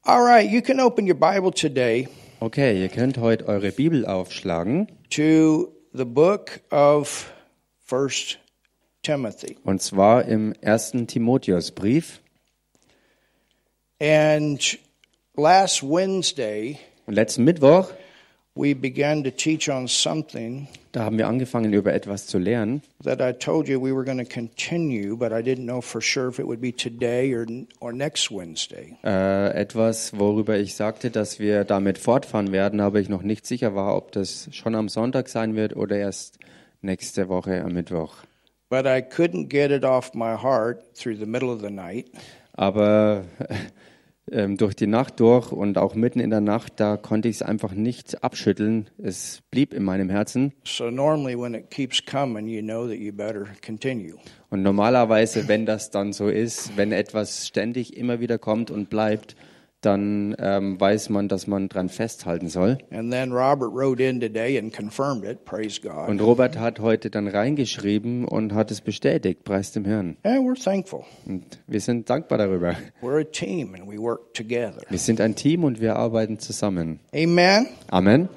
All right, you can open your Bible today Okay, ihr könnt heute eure Bibel aufschlagen, to the book of 1 Timothy. und zwar im 1. Timotheusbrief. And last Wednesday, Und letzten Mittwoch, we began to teach on something da haben wir angefangen, über etwas zu lernen. that I told you we were going to continue, but I didn't know for sure if it would be today or next Wednesday. Etwas, worüber ich sagte, dass wir damit fortfahren werden, aber ich noch nicht sicher war, ob das schon am Sonntag sein wird oder erst nächste Woche am Mittwoch. But I couldn't get it off my heart through the middle of the night. Aber durch die Nacht durch und auch mitten in der Nacht, da konnte ich es einfach nicht abschütteln. Es blieb in meinem Herzen. So normally when it keeps coming, you know that you better continue. Und normalerweise, wenn das dann so ist, wenn etwas ständig immer wieder kommt und bleibt, dann weiß man, dass man dran festhalten soll. And then Robert wrote in today and confirmed it, praise God. Und Robert hat heute dann reingeschrieben und hat es bestätigt, preis dem Herrn. And we're thankful. Und wir sind dankbar darüber. We're a team and we work together. Wir sind ein Team und wir arbeiten zusammen. Amen. Amen.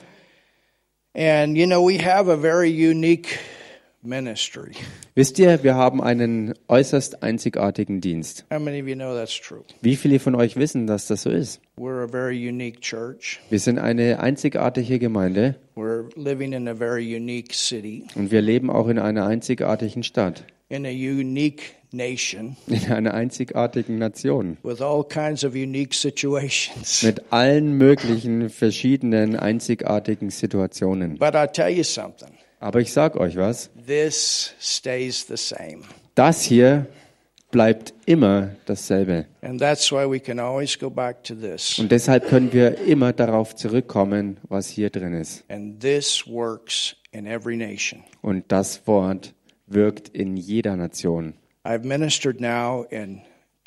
And you know, we have a very unique ministry. Wisst ihr, wir haben einen äußerst einzigartigen Dienst. How many of you know that's true? Wie viele von euch wissen, dass das so ist? We're a very unique church. Wir sind eine einzigartige Gemeinde We're living in a very unique city, und wir leben auch in einer einzigartigen Stadt, in a unique nation, in einer einzigartigen Nation, with all kinds of unique situations. mit allen möglichen verschiedenen einzigartigen Situationen. But I'll tell you something. Aber ich sag euch was, This stays the same. das hier bleibt immer dasselbe. And that's why we can always go back to this. Und deshalb können wir immer darauf zurückkommen, was hier drin ist. And this works in every nation. Und das Wort wirkt in jeder Nation. I've ministered now in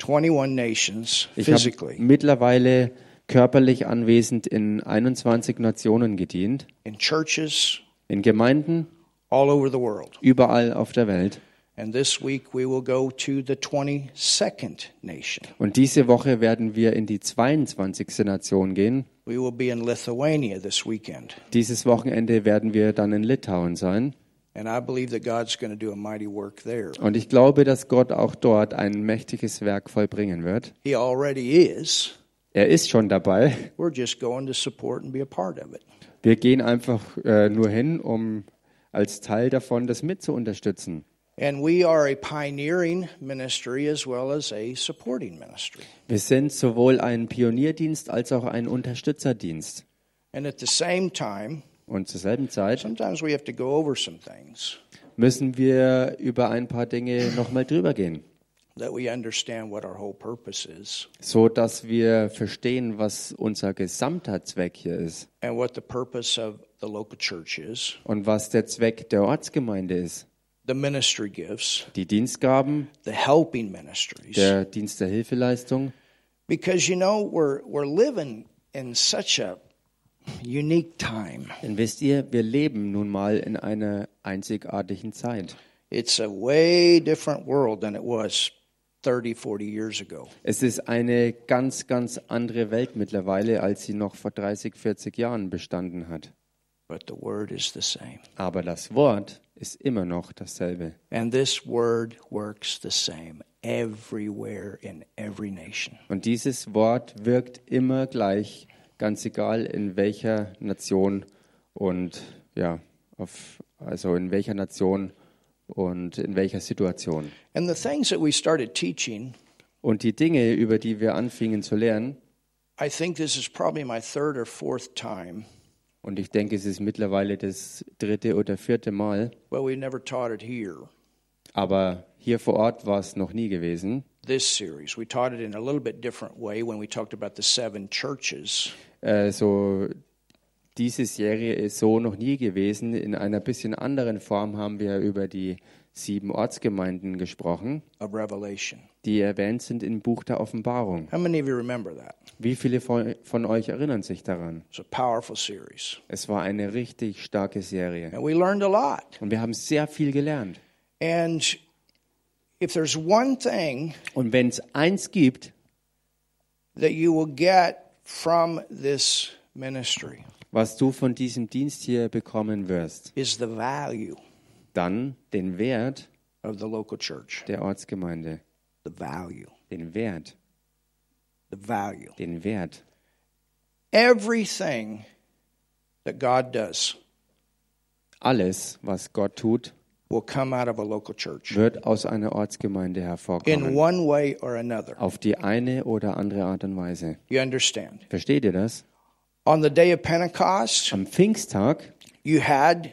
21 nations Ich habe physically, mittlerweile körperlich anwesend in 21 Nationen gedient, in churches in Gemeinden, all over the world. überall auf der Welt. And this week we will go to the 22nd nation. Und diese Woche werden wir in die 22. Nation gehen. We will be in Lithuania this weekend. Dieses Wochenende werden wir dann in Litauen sein. And I believe that God's going to do a mighty work there. Und ich glaube, dass Gott auch dort ein mächtiges Werk vollbringen wird. He already is. Er ist schon dabei. We're just going to support and be a part of it. Wir gehen einfach nur hin, um als Teil davon das mit zu unterstützen. And we are a pioneering ministry as well as a supporting ministry. Wir sind sowohl ein Pionierdienst als auch ein Unterstützerdienst. And at the same time, Und zur selben Zeit sometimes we have to go over some things müssen wir über ein paar Dinge nochmal drüber gehen, that we understand what our whole purpose is so dass wir verstehen, was unser gesamter Zweck hier ist and what the purpose of the local church is, und was der Zweck der Ortsgemeinde ist. the ministry gifts, Die Dienstgaben, the helping ministries. der Dienst der Hilfeleistung. Because you know, we're living in such a unique time. Denn wisst ihr, wir leben nun mal in einer einzigartigen Zeit. It's a way different world than it was 30, 40 years ago. Es ist eine ganz, ganz andere Welt mittlerweile, als sie noch vor 30, 40 Jahren bestanden hat. But the word is the same. Aber das Wort ist immer noch dasselbe. And this word works the same everywhere in every nation. Und dieses Wort wirkt immer gleich, ganz egal in welcher Nation und ja, also in welcher Nation und in welcher Situation. And the things that we started teaching, Und die Dinge, über die wir anfingen zu lernen, I think this is probably my third or fourth time, und ich denke, es ist mittlerweile das 3. oder 4. Mal, but we never taught it here. aber hier vor Ort war es noch nie gewesen. This series, we taught it in a little bit different way when we talked about the 7 churches. So diese Serie ist so noch nie gewesen. In einer bisschen anderen Form haben wir über die 7 Ortsgemeinden gesprochen, Of Revelation. die erwähnt sind im Buch der Offenbarung. How many of you remember that? Wie viele von euch erinnern sich daran? It's a powerful series. Es war eine richtig starke Serie. And we learned a lot. Und wir haben sehr viel gelernt. And if there's one thing Und wenn es eins gibt, that you will get from this ministry was du von diesem Dienst hier bekommen wirst, is the value dann den Wert of the local church. der Ortsgemeinde. The value. Den Wert. The value. Den Wert. Everything that God does Alles, was Gott tut, will come out of a local church wird aus einer Ortsgemeinde in hervorkommen. one way or another. Auf die eine oder andere Art und Weise. You understand? Versteht ihr das? On the day of Pentecost, Am Pfingsttag, you had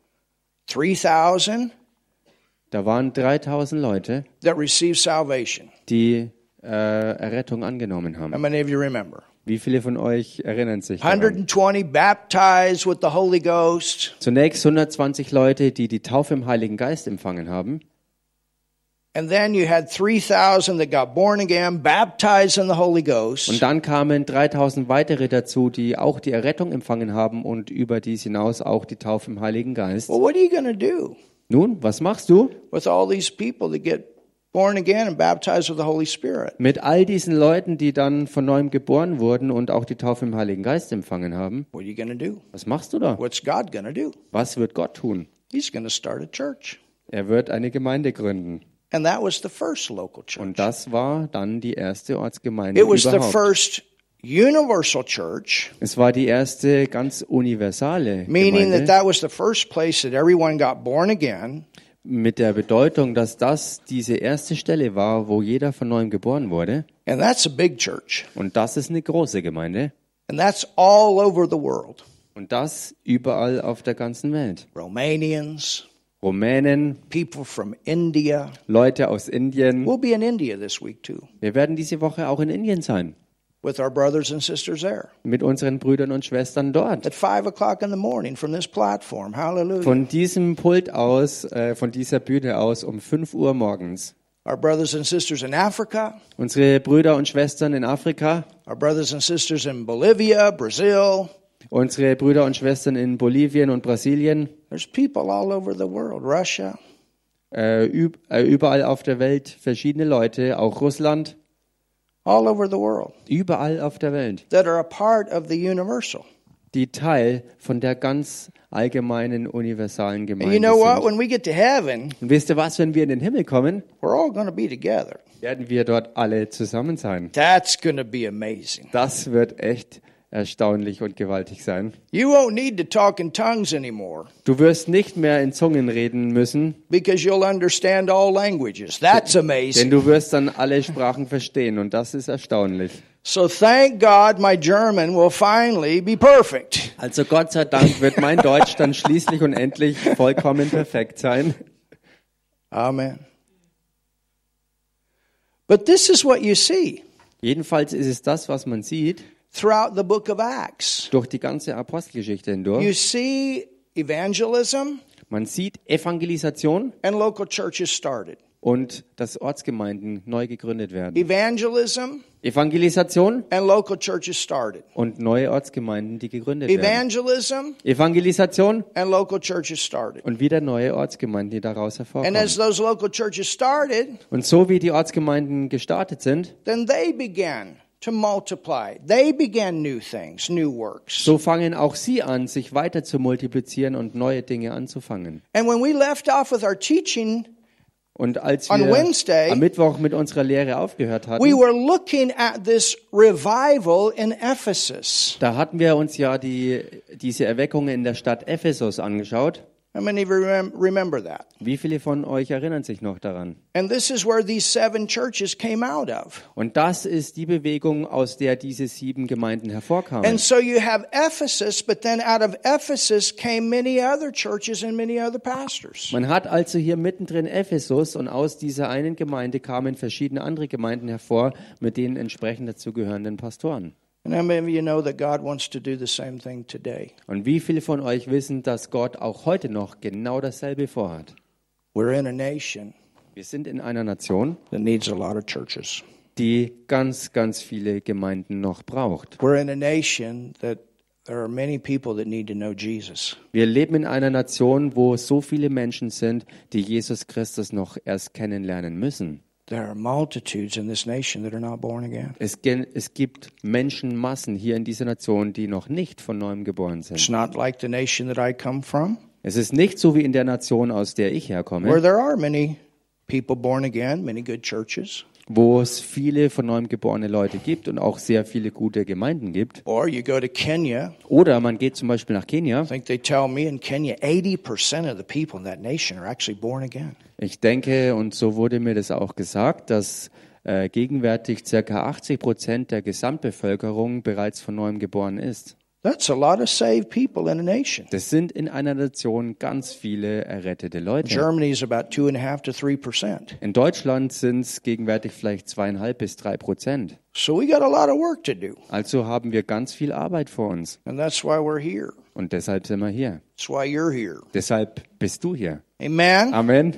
3,000 da waren 3000 Leute, that received salvation. die Errettung angenommen How haben. many of you remember? Wie viele von euch erinnern sich daran? 120 baptized with the Holy Ghost. Zunächst 120 Leute, die die Taufe im Heiligen Geist empfangen haben. And then you had 3,000 that got born again, baptized in the Holy Und Ghost. dann kamen 3000 weitere dazu, die auch die Errettung empfangen haben und über dies hinaus auch die Taufe im Heiligen Geist. Well, what are you going to do Nun, was machst du with all these people that get born again and baptized with the Holy Spirit? mit all diesen Leuten, die dann von neuem geboren wurden und auch die Taufe im Heiligen Geist empfangen haben? What are you going to do? Was machst du da? What's God going to do? Was wird Gott tun? He's going to start a church. Er wird eine Gemeinde gründen. And that was the first local church. Und das war dann die erste Ortsgemeinde It was the überhaupt. first universal church, Es war die erste ganz universale meaning Gemeinde. that was the first place that everyone got born again. Mit der Bedeutung, dass das diese erste Stelle war, wo jeder von neuem geboren wurde. And that's a big church. Und das ist eine große Gemeinde. And that's all over the world. Und das überall auf der ganzen Welt. Romanians, Rumänen, people from India. Leute aus Indien. We'll be in India this week too, Wir werden diese Woche auch in Indien sein. with our brothers and sisters there. Mit unseren Brüdern und Schwestern dort. At 5 o'clock in the morning from this platform. Hallelujah. Von diesem Pult aus, von dieser Bühne aus um 5 Uhr morgens. Our brothers and sisters in Africa, Unsere Brüder und Schwestern in Afrika. our brothers and sisters in Bolivia, Brazil. Unsere Brüder und Schwestern in Bolivien und Brasilien. There's people all over the world, Russia. Überall auf der Welt verschiedene Leute, auch Russland. All over the world Überall auf der Welt. that are a part of the universal. Die Teil von der ganz allgemeinen, universalen And Gemeinde you know what? sind. When we get to heaven, Und wisst ihr was, wenn wir in den Himmel kommen, we're all going to be together. werden wir dort alle zusammen sein. That's going to be amazing. Das wird echt erstaunlich und gewaltig sein. You won't need to talk in tongues anymore Du wirst nicht mehr in Zungen reden müssen, because you'll understand all languages. That's denn amazing. du wirst dann alle Sprachen verstehen und das ist erstaunlich. So thank God my German will finally be perfect. Also Gott sei Dank wird mein Deutsch dann schließlich und endlich vollkommen perfekt sein. Amen. But this is what you see Jedenfalls ist es das, was man sieht throughout the book of Acts. durch die ganze Apostelgeschichte You hindurch. see evangelism Man sieht Evangelisation and local churches started. und dass Ortsgemeinden neu gegründet werden. Evangelism Evangelisation and local churches started. und neue Ortsgemeinden, die gegründet werden. Evangelism Evangelisation and local churches started. und wieder neue Ortsgemeinden, die daraus And hervorkommen. as those local churches started, Und so wie die Ortsgemeinden gestartet sind, then they began to multiply. They began new things, new works. so fangen auch sie an, sich weiter zu multiplizieren und neue Dinge anzufangen. And when we left off with our teaching, Und als On wir Wednesday, am Mittwoch mit unserer Lehre aufgehört we hatten, were looking at this revival in Ephesus. da hatten wir uns ja diese Erweckung in der Stadt Ephesus angeschaut. How many of you remember that? Wie viele von euch erinnern sich noch daran? And this is where these 7 churches came out of. Und das ist die Bewegung, aus der diese 7 Gemeinden hervorkamen. And so you have Ephesus, but then out of Ephesus came many other churches and many other pastors. Man hat also hier mittendrin Ephesus und aus dieser einen Gemeinde kamen verschiedene andere Gemeinden hervor mit den entsprechend dazugehörenden Pastoren. And how many of you know that God wants to do the same thing today? Und wie viele von euch wissen, dass Gott auch heute noch genau dasselbe vorhat? We're in a nation Wir sind in einer Nation, that needs a lot of churches. die ganz, ganz viele Gemeinden noch braucht. We're in a nation that there are many people that need to know Jesus. Wir leben in einer Nation, wo so viele Menschen sind, die Jesus Christus noch erst kennenlernen müssen. There are multitudes in this nation that are not born again. Es gibt Menschenmassen hier in dieser Nation, die noch nicht von neuem geboren It's sind. not like the nation that I come from, Es ist nicht so wie in der Nation, aus der ich where herkomme, there are many people born again, many good churches. wo es viele von neuem geborene Leute gibt und auch sehr viele gute Gemeinden gibt. Or you go to Kenya. Oder man geht zum Beispiel nach Kenia. I think they tell me in Kenya 80% of the people in that nation are actually born again. Ich denke, und so wurde mir das auch gesagt, dass gegenwärtig ca. 80% der Gesamtbevölkerung bereits von neuem geboren ist. That's a lot of saved people in a nation. Das sind in einer Nation ganz viele errettete Leute. Germany is about 2.5 to 3%. In Deutschland sind es gegenwärtig vielleicht 2,5 bis 3%. So we got a lot of work to do. Also haben wir ganz viel Arbeit vor uns. And that's why we're here. Und deshalb sind wir hier. That's why you're here. Deshalb bist du hier. Amen. Amen.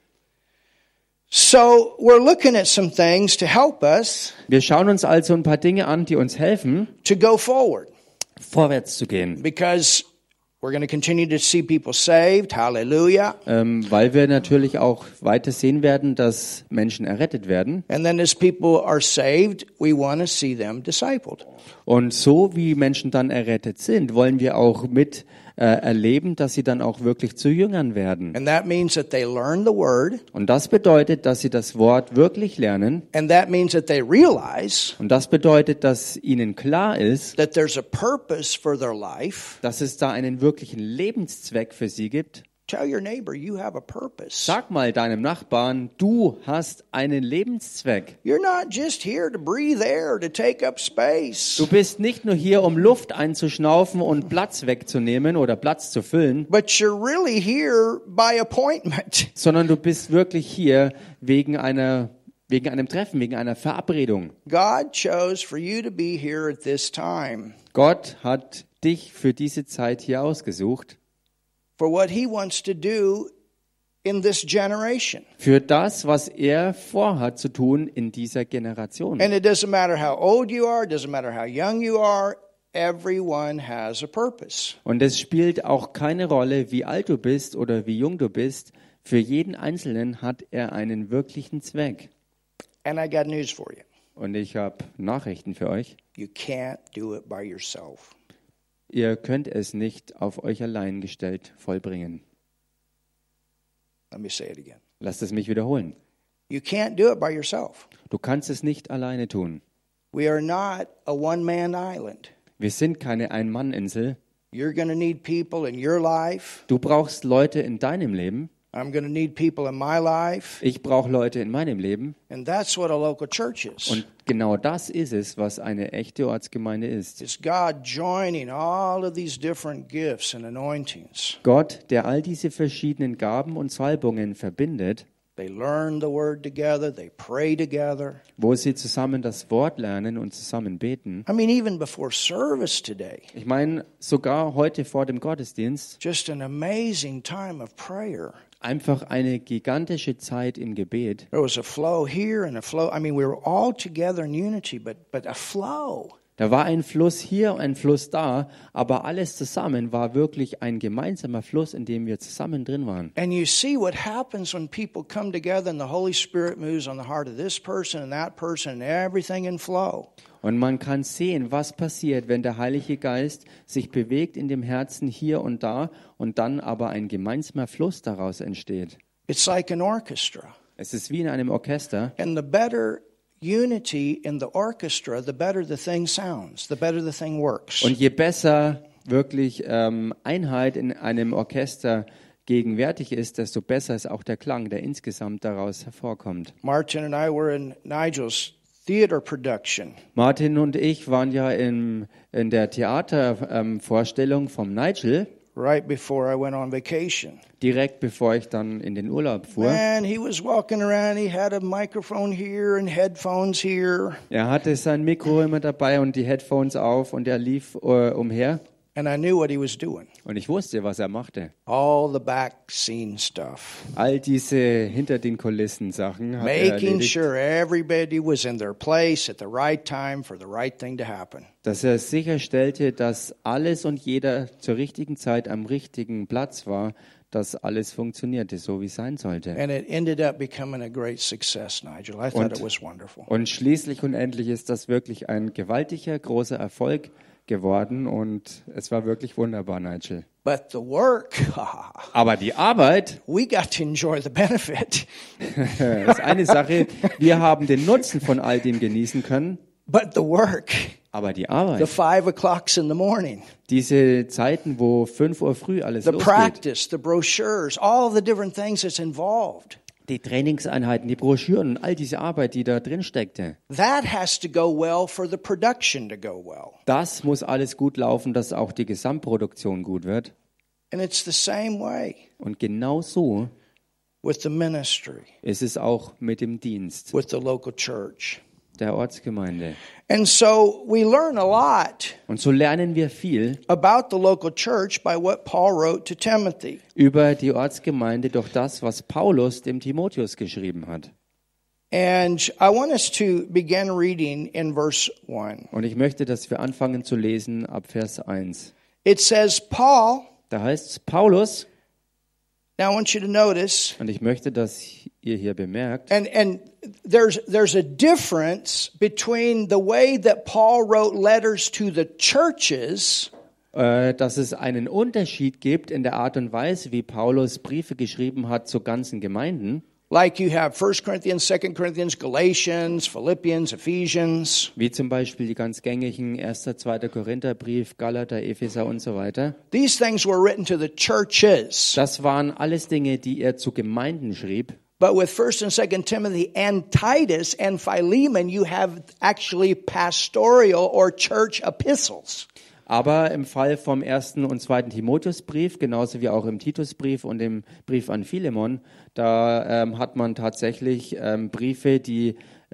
So we're looking at some things to help us Wir schauen uns also ein paar Dinge an, die uns helfen, to go forward, vorwärts zu gehen. because we're going to continue to see people saved. Hallelujah. Weil wir natürlich auch weiter sehen werden, dass Menschen errettet werden. And then as people are saved, we want to see them discipled. Und so wie Menschen dann errettet sind, wollen wir auch mit erleben, dass sie dann auch wirklich zu Jüngern werden. And that means that they learn the word, Und das bedeutet, dass sie das Wort wirklich lernen. and that means that they realize Und das bedeutet, dass ihnen klar ist, that there's a purpose for their life. dass es da einen wirklichen Lebenszweck für sie gibt. Tell your neighbor you have a purpose. Sag mal deinem Nachbarn, du hast einen Lebenszweck. You're not just here to breathe air, to take up space, Du bist nicht nur hier, um Luft einzuschnaufen und Platz wegzunehmen oder Platz zu füllen, but you're really here by appointment. sondern du bist wirklich hier wegen einem Treffen, wegen einer Verabredung. God chose for you to be here at this time Gott hat dich für diese Zeit hier ausgesucht, for what he wants to do in this generation. für das, was er vorhat zu tun in dieser Generation. And it doesn't matter how old you are, it doesn't matter how young you are, everyone has a purpose. Und es spielt auch keine Rolle, wie alt du bist oder wie jung du bist. Für jeden Einzelnen hat er einen wirklichen Zweck. And I got news for you. Und ich habe Nachrichten für euch. You can't do it by yourself. Ihr könnt es nicht auf euch allein gestellt vollbringen. Let me say it again. Lasst es mich wiederholen. You can't do it by yourself. Du kannst es nicht alleine tun. We are not a one-man island. Wir sind keine Ein-Mann-Insel. You're going to need people in your life. Du brauchst Leute in deinem Leben. I'm going to need people in my life. Ich brauche Leute in meinem Leben. And that's what a local church is. Und genau das ist es, was eine echte Ortsgemeinde ist. It's God joining all of these different gifts and anointings. Gott, der all diese verschiedenen Gaben und Salbungen verbindet, They learn the word together. They pray together. wo sie zusammen das Wort lernen und zusammen beten. I mean, even before service today, Ich meine, sogar heute vor dem Gottesdienst, just an amazing time of prayer. einfach eine gigantische Zeit im Gebet. There was a flow here and a flow. I mean, we were all together in unity, but a flow. Da war ein Fluss hier, ein Fluss da, aber alles zusammen war wirklich ein gemeinsamer Fluss, in dem wir zusammen drin waren. And you see what happens when people come together and the Holy Spirit moves on the heart of this person and that person and everything in flow. Und man kann sehen, was passiert, wenn der Heilige Geist sich bewegt in dem Herzen hier und da und dann aber ein gemeinsamer Fluss daraus entsteht. It's like an orchestra. Es ist wie in einem Orchester. And the better unity in the orchestra, the better the thing sounds, the better the thing works. Und je besser wirklich Einheit in einem Orchester gegenwärtig ist, desto besser ist auch der Klang, der insgesamt daraus hervorkommt. Martin and I were in Nigel's theater production. Martin und ich waren ja in der Theatervorstellung vom Nigel, Right before I went on vacation. direkt bevor ich dann in den Urlaub fuhr. Man, he was walking around. He had a microphone here and headphones here. Er hatte sein Mikro immer dabei und die Headphones auf und er lief umher. And I knew what he was doing. Und ich wusste, was er machte. All the back scene stuff. All diese hinter den Kulissen Sachen hat er Making erledigt, sure everybody was in their place at the right time for the right thing to happen. dass er sicherstellte, dass alles und jeder zur richtigen Zeit am richtigen Platz war, dass alles funktionierte, so wie es sein sollte. And it ended up becoming a great success, Nigel. I thought it was wonderful. Und schließlich und endlich ist das wirklich ein gewaltiger, großer Erfolg geworden und es war wirklich wunderbar, Nigel. But the work, Aber die Arbeit, we got to enjoy the benefit. ist eine Sache, wir haben den Nutzen von all dem genießen können, But the work, aber die the Arbeit, 5 o'clocks in the morning, diese Zeiten, wo 5 Uhr früh alles the losgeht, practice, the brochures, all the different things that's involved, die Trainingseinheiten, die Broschüren und all diese Arbeit, die da drin steckte, that has to go well for the production to go well. das muss alles gut laufen, dass auch die Gesamtproduktion gut wird. And it's the same way Und genau so with the ministry, ist es auch mit dem Dienst with the local church. der Ortsgemeinde. And so we learn a lot Und so lernen wir viel about the local church by what Paul wrote to Timothy. über die Ortsgemeinde durch das, was Paulus dem Timotheus geschrieben hat. And I want us to begin reading in verse 1. Und ich möchte, dass wir anfangen zu lesen ab Vers 1. It says, Paul, Da heißt es Paulus, now I want you to notice, und ich möchte, dass ihr hier bemerkt, and there's a difference between the way that Paul wrote letters to the churches dass es einen Unterschied gibt in der Art und Weise, wie Paulus Briefe geschrieben hat zu ganzen Gemeinden. like you have 1 Corinthians, 2 Corinthians, Galatians, Philippians, Ephesians. Wie zum Beispiel die ganz gängigen 1., 2. Korintherbrief, Galater, Epheser und so weiter. These things were written to the churches. Das waren alles Dinge, die er zu Gemeinden schrieb. But with 1 and 2 Timothy and Titus and Philemon, you have actually pastoral or church epistles. Aber im Fall vom 1. und 2. Timotheusbrief, genauso wie auch im Titusbrief und im Brief an Philemon, da hat man tatsächlich Briefe, die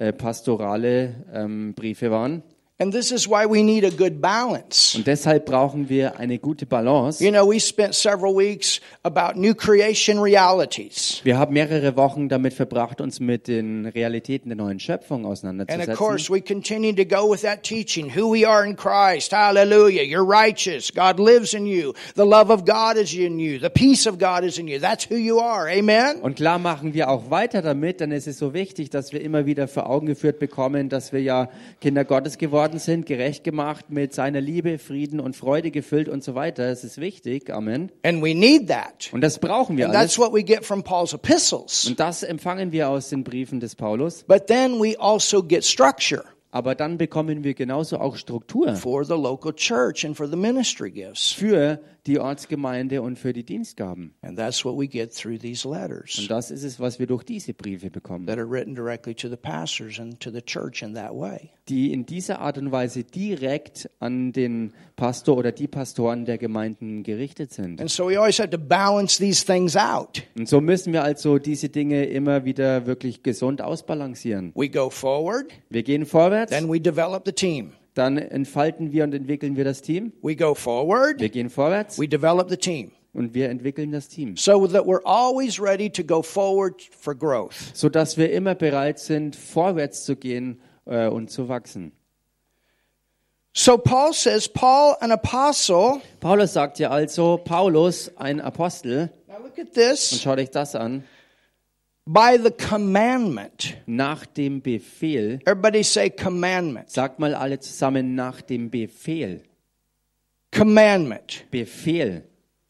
pastorale Briefe waren. And this is why we need a good balance. Und deshalb brauchen wir eine gute Balance. You know, we spent several weeks about new creation realities. Wir haben mehrere Wochen damit verbracht, uns mit den Realitäten der neuen Schöpfung And of auseinanderzusetzen. course, we continue to go with that teaching, who we are in Christ. Hallelujah. You're righteous. God lives in you. The love of God is in you. The peace of God is in you. That's who you are. Amen. Und klar machen wir auch weiter damit, denn es ist so wichtig, dass wir immer wieder vor Augen geführt bekommen, dass wir ja Kinder Gottes geworden sind, gerecht gemacht, mit seiner Liebe, Frieden und Freude gefüllt und so weiter. Das ist wichtig. Amen. And we need that. Und das brauchen wir And that's alles. what we get from Paul's epistles. Und das empfangen wir aus den Briefen des Paulus. But then we also get structure Aber dann bekommen wir genauso auch Struktur for the local church and for the ministry gifts. für die Ortsgemeinde und für die Dienstgaben. And that's what we get through these letters Und das ist es, was wir durch diese Briefe bekommen, that are written directly to the pastors and to the church in that way. die in dieser Art und Weise direkt an den Pastor oder die Pastoren der Gemeinden gerichtet sind. And so we always have to balance these things out. Und so müssen wir also diese Dinge immer wieder wirklich gesund ausbalancieren. We go forward, Wir gehen vorwärts, then we develop the team. dann entfalten wir und entwickeln wir das Team. We go forward, Wir gehen vorwärts we develop the team. und wir entwickeln das Team, So that we're always ready to go forward for growth. sodass wir immer bereit sind, vorwärts zu gehen und zu wachsen. So Paul says, Paul, an apostle. Paulus sagt ja also, Paulus, ein Apostel, Now look at und this. schaut euch das an, By the commandment. nach dem Befehl, Everybody say commandment. sagt mal alle zusammen, nach dem Befehl, Commandment. Befehl.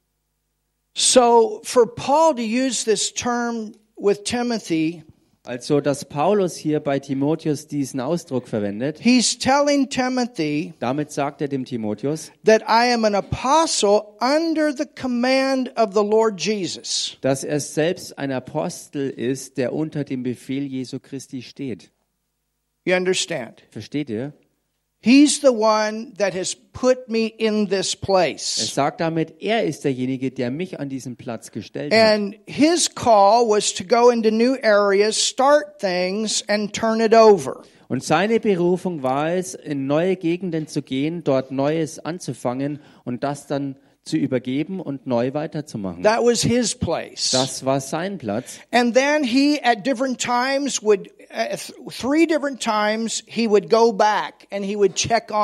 So for Paul to use this term with Timothy, Also, dass Paulus hier bei Timotheus diesen Ausdruck verwendet, he's telling Timothy damit sagt er dem Timotheus, that I am an apostle under the command of the Lord Jesus. dass er selbst ein Apostel ist, der unter dem Befehl Jesu Christi steht. You understand? Versteht ihr? He's the one that has put me in this Er place. sagt damit, er ist derjenige, der mich an diesen Platz gestellt hat. And his call was to go into new areas, start things, and turn it over. Und seine Berufung war es, in neue Gegenden zu gehen, dort Neues anzufangen und das dann zu übergeben und neu weiterzumachen. That was his place. Das war sein Platz. And then he, at different times, would 3 different times he would go back and he would check on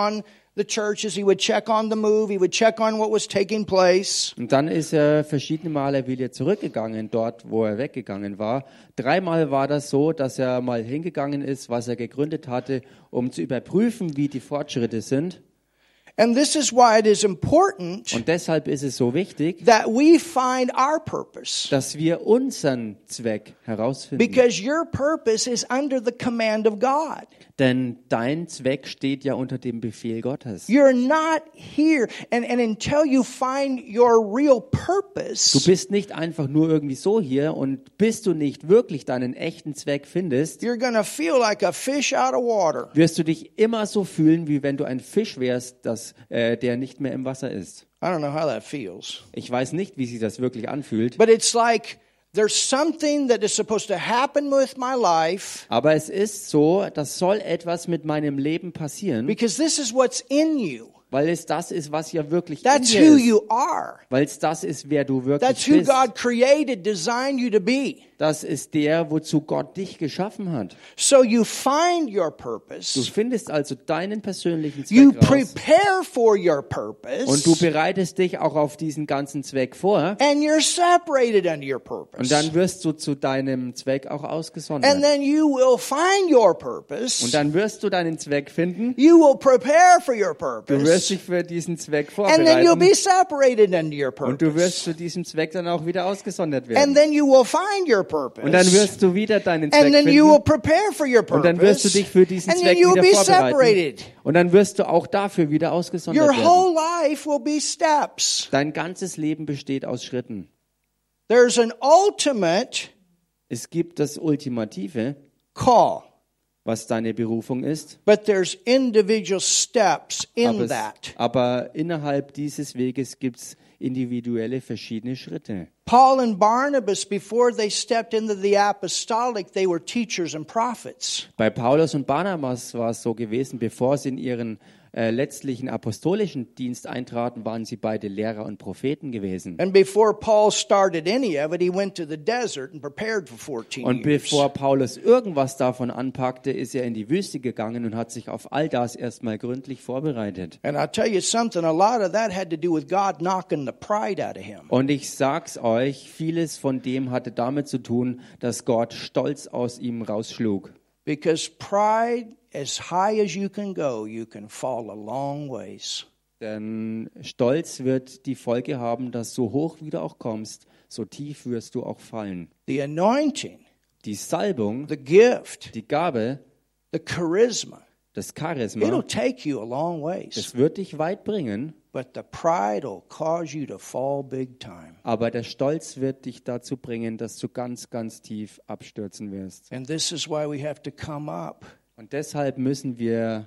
the churches. He would check on the move. He would check on what was taking place. Und dann ist er verschiedene Male wieder zurückgegangen, dort, wo er weggegangen war. 3-mal war das so, dass er mal hingegangen ist, was er gegründet hatte, um zu überprüfen, wie die Fortschritte sind. And this is why it is important Und deshalb ist es so wichtig, that we find our purpose. dass wir unseren Zweck herausfinden. Because your purpose is under the command of God. Denn dein Zweck steht ja unter dem Befehl Gottes. You're not here. And until you find your real Du purpose, bist nicht einfach nur irgendwie so hier und bis du nicht wirklich deinen echten Zweck findest, you're going to feel like a fish out of water. wirst du dich immer so fühlen, wie wenn du ein Fisch wärst, der nicht mehr im Wasser ist. I don't know how that feels. Ich weiß nicht, wie sich das wirklich anfühlt, But it's like there's something that is supposed to happen with my life aber es ist so, das soll etwas mit meinem Leben passieren, because this is what's in you. weil es das ist, was ja wirklich in That's dir who ist. you are. Weil es das ist, wer du That's wirklich who bist. God created, designed you to be. Das ist der, wozu Gott dich geschaffen hat. So you find your Du purpose. findest also deinen persönlichen You Zweck raus prepare for your und du purpose. bereitest dich auch auf diesen ganzen Zweck vor And you're separated unto your und purpose. dann wirst du zu deinem Zweck auch And ausgesondert. then you will find your Und purpose. dann wirst du deinen Zweck finden, You will prepare for your du wirst purpose. dich für diesen Zweck And then you'll be vorbereiten separated unto your und du wirst purpose. zu diesem Zweck dann auch wieder ausgesondert And werden. then you will find your purpose. Und dann wirst du wieder deinen Zweck And then you will finden prepare for your und dann wirst du purpose. dich für diesen And then Zweck you will wieder be vorbereiten separated. und dann wirst du auch dafür wieder ausgesondert Your werden. whole life will be steps. Dein ganzes Leben besteht aus Schritten. There's an ultimate Es gibt das Ultimative, call, was deine Berufung ist, but there's individual steps in that. aber innerhalb dieses Weges gibt es individuelle verschiedene Schritte. Paul and Barnabas, before they stepped into the apostolic, they were teachers and prophets. Bei Paulus und Barnabas war es so gewesen, bevor sie in ihren letztlichen apostolischen Dienst eintraten, waren sie beide Lehrer und Propheten gewesen. And before Paul started any of it, he went to the desert and prepared for 14 Und years. bevor Paulus irgendwas davon anpackte, ist er in die Wüste gegangen und hat sich auf all das erstmal gründlich vorbereitet. And I'll tell you something, a lot of that had to do with God knocking the pride out of him. Und ich sag's euch, vieles von dem hatte damit zu tun, dass Gott Stolz aus ihm rausschlug. Because pride, as high as you can fall a long ways. Denn Stolz wird die Folge haben, dass so hoch wie du auch kommst, so tief wirst du auch fallen. The anointing, Die Salbung, the gift, die Gabe, the charisma, das it'll Charisma, take you a long ways. das wird dich weit bringen, But the pride will cause you to fall big time. aber der Stolz wird dich dazu bringen, dass du ganz, ganz tief abstürzen wirst. And this is why we have to come up Und deshalb müssen wir,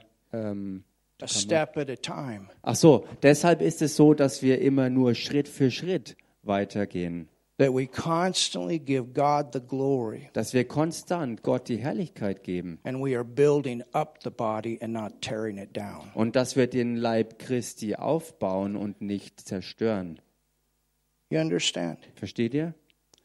a step at a time. deshalb ist es so, dass wir immer nur Schritt für Schritt weitergehen. That we constantly give God the glory. Dass wir konstant Gott die Herrlichkeit geben. And we are building up the body and not tearing it down. Und dass wir den Leib Christi aufbauen und nicht zerstören. You understand? Versteht ihr?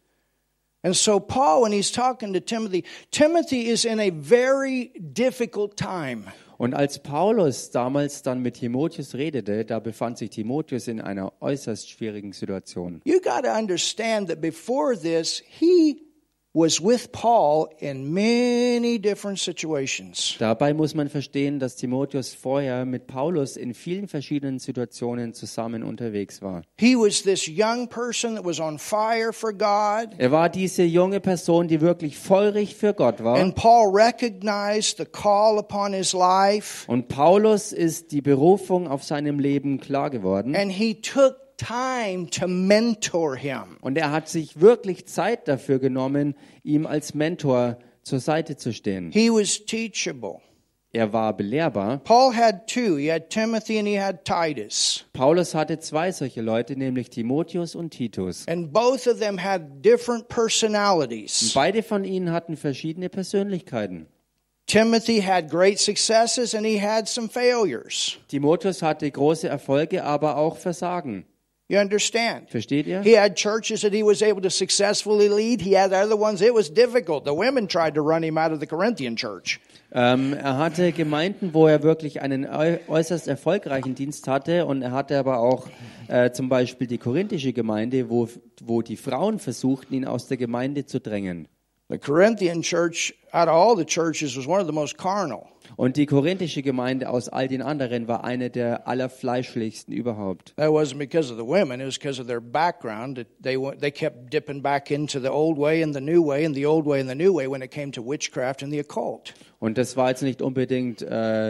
And so Paul, when he's talking to Timothy, Timothy is in a very difficult time. Und als Paulus damals dann mit Timotheus redete, da befand sich Timotheus in einer äußerst schwierigen Situation. You got to understand that before this, he was with Paul in many different situations. Dabei muss man verstehen, dass Timotheus vorher mit Paulus in vielen verschiedenen Situationen zusammen unterwegs war. He was this young person that was on fire for God. Er war diese junge Person, die wirklich feurig für Gott war. And Paul recognized the call upon his life. Und Paulus ist die Berufung auf seinem Leben klar geworden. And he took time to mentor him. Und er hat sich wirklich Zeit dafür genommen, ihm als Mentor zur Seite zu stehen. He was teachable. Er war belehrbar. Paul had two. He had Timothy and he had Titus. Paulus hatte zwei solche Leute, nämlich Timotheus und Titus. And both of them had different personalities. Beide von ihnen hatten verschiedene Persönlichkeiten. Timothy had great successes and he had some failures. Timotheus hatte große Erfolge, aber auch Versagen. You understand? Versteht ihr? He had churches that he was able to successfully lead. He had other ones, it was difficult. The women tried to run him out of the Corinthian church. Er hatte Gemeinden, wo er wirklich einen äußerst erfolgreichen Dienst hatte, und er hatte aber auch zum Beispiel die korinthische Gemeinde, wo die Frauen versuchten, ihn aus der Gemeinde zu drängen. The Corinthian church, out of all the churches, was one of the most carnal. Und die korinthische Gemeinde aus all den anderen war eine der allerfleischlichsten überhaupt. That wasn't because of the women, it was because of their background. They kept dipping back into the old way and the new way and the old way and the new way when it came to witchcraft and the occult. Und das war jetzt nicht unbedingt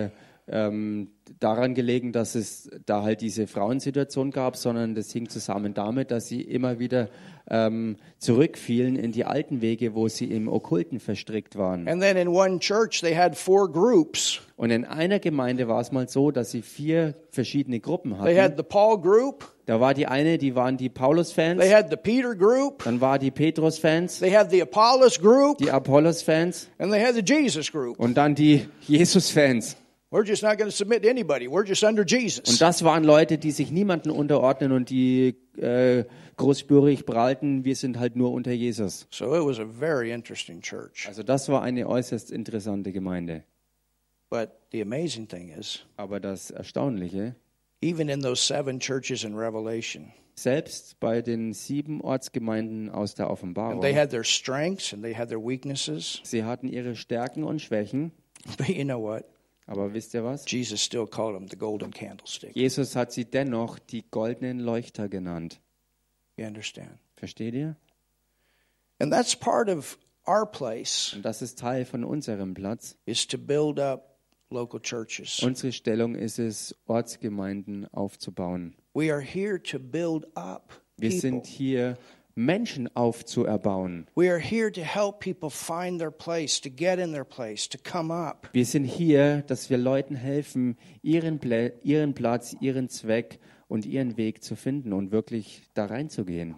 daran gelegen, dass es da halt diese Frauensituation gab, sondern das hing zusammen damit, dass sie immer wieder zurückfielen in die alten Wege, wo sie im Okkulten verstrickt waren. And then in one church they had 4 groups. Und in einer Gemeinde war es mal so, dass sie 4 verschiedene Gruppen They had hatten. the Paul group, Da war die eine, die waren die Paulus-Fans, they had the Peter group, dann war die Petrus-Fans, they had the Apollos group, die Apollos-Fans and they had the Jesus group. und dann die Jesus-Fans. We're just not going to submit to anybody. We're just under Und Jesus. das waren Leute, die sich niemanden unterordnen und die großspurig prahlten, wir sind halt nur unter Jesus. So it was a very interesting church. Also das war eine äußerst interessante Gemeinde. But the amazing thing is, Aber das Erstaunliche, even in those 7 churches in Revelation, selbst bei den 7 Ortsgemeinden aus der and Offenbarung, they had their strengths and they had their weaknesses, sie hatten ihre Stärken und Schwächen, but you know what? aber wisst ihr was? Jesus still called them the golden candlestick. Jesus hat sie dennoch die goldenen Leuchter genannt. You understand? Versteht ihr? And that's part of our place, Und das ist Teil von unserem Platz. is to build up local churches. Unsere Stellung ist es, Ortsgemeinden aufzubauen. We are here to build up Wir people. sind hier, Menschen aufzuerbauen. We are here to help people find their place, to get in their place, to come up. Wir sind hier, dass wir Leuten helfen, ihren Platz, ihren Zweck und ihren Weg zu finden und wirklich da reinzugehen.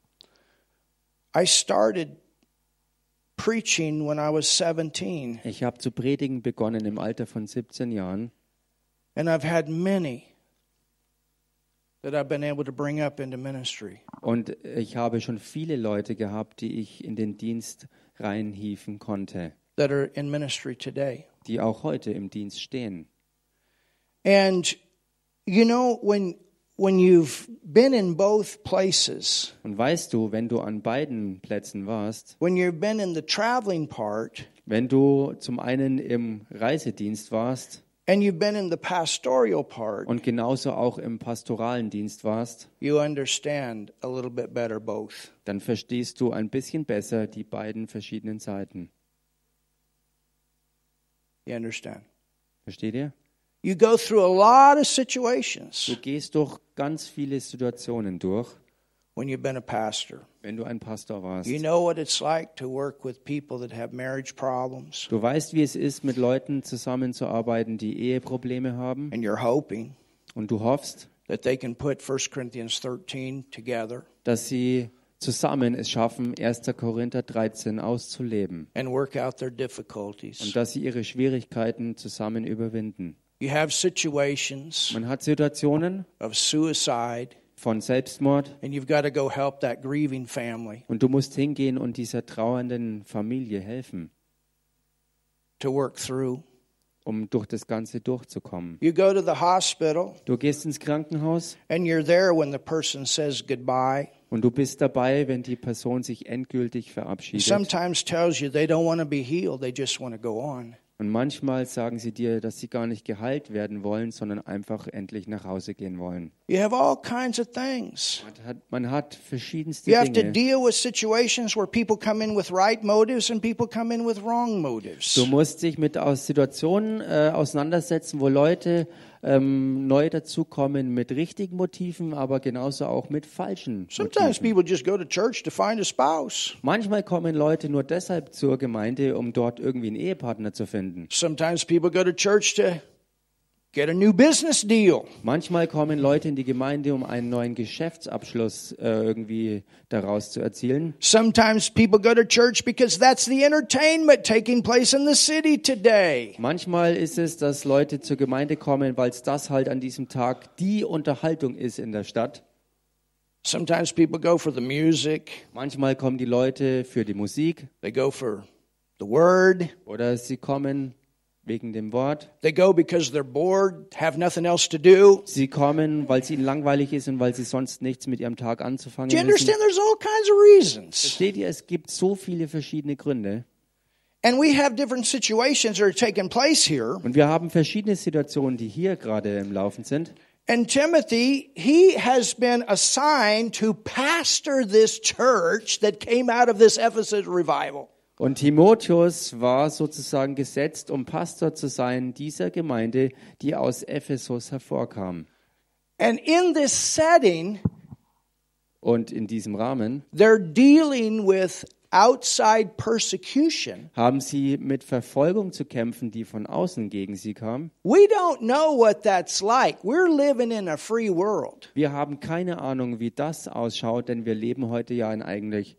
I started preaching when I was 17, Ich habe zu predigen begonnen im Alter von 17 Jahren and I've had many that I've been able to bring up into ministry. und ich habe schon viele Leute gehabt, die ich in den Dienst reinhieven konnte, That are in ministry today. die auch heute im Dienst stehen. And you know, when you've been in both places, Und weißt du, wenn du an beiden Plätzen warst, when you've been in the traveling part wenn du zum einen im Reisedienst warst and you've been in the pastoral part, und genauso auch im pastoralen Dienst warst, you understand a little bit better both. dann verstehst du ein bisschen besser die beiden verschiedenen Seiten. You understand? Versteht ihr? You go through a lot of Du situations gehst durch ganz viele Situationen durch, when you've been a pastor. wenn du ein Pastor warst. You know what it's like to work with people that have marriage problems, Du weißt, wie es ist, mit Leuten zusammenzuarbeiten, die Eheprobleme haben, and you're hoping und du hoffst, that they can put 1 Corinthians 13 together dass sie zusammen es schaffen, 1. Korinther 13 auszuleben and work out their und difficulties. dass sie ihre Schwierigkeiten zusammen überwinden. You have situations Man hat Situationen of suicide, von Selbstmord and you've got to go help that grieving family und du musst hingehen und dieser trauernden Familie helfen, to work through. um durch das Ganze durchzukommen. You go to the hospital, Du gehst ins Krankenhaus and you're there when the person says goodbye. und du bist dabei, wenn die Person sich endgültig verabschiedet. Sometimes tells you they don't want to be healed, they just want to go on. Und manchmal sagen sie dir, dass sie gar nicht geheilt werden wollen, sondern einfach endlich nach Hause gehen wollen. You have all kinds of things. Man hat verschiedenste You have to Dinge. deal with situations where people come in with right motives and people come in with wrong motives. Du musst dich mit Situationen auseinandersetzen, wo Leute neu dazukommen mit richtigen Motiven, aber genauso auch mit falschen Sometimes Motiven. people just go to church to find a spouse. Manchmal kommen Leute nur deshalb zur Gemeinde, um dort irgendwie einen Ehepartner zu finden. Sometimes people go to church to get a new business deal. Manchmal kommen Leute in die Gemeinde, um einen neuen Geschäftsabschluss irgendwie daraus zu erzielen. Sometimes people go to church because that's the entertainment taking place in the city today. Manchmal ist es, dass Leute zur Gemeinde kommen, weil es das halt an diesem Tag die Unterhaltung ist in der Stadt. Sometimes people go for the music. Manchmal kommen die Leute für die Musik They go for the word. oder sie kommen wegen dem Wort. They go because they're bored, have nothing else to do. Sie kommen, weil es ihnen langweilig ist und weil sie sonst nichts mit ihrem Tag anzufangen Do you wissen. understand? There's all kinds of reasons. Versteht ihr, es gibt so viele verschiedene Gründe. And we have different situations that are taking place here. Und wir haben verschiedene Situationen, die hier gerade im Laufen sind. And Timothy, he has been assigned to pastor this church that came out of this Ephesus revival. Und Timotheus war sozusagen gesetzt, um Pastor zu sein dieser Gemeinde, die aus Ephesus hervorkam. And in this setting, Und in diesem Rahmen they're dealing with outside persecution. haben sie mit Verfolgung zu kämpfen, die von außen gegen sie kam. We don't know what that's like. We're living in a free world. Wir haben keine Ahnung, wie das ausschaut, denn wir leben heute ja in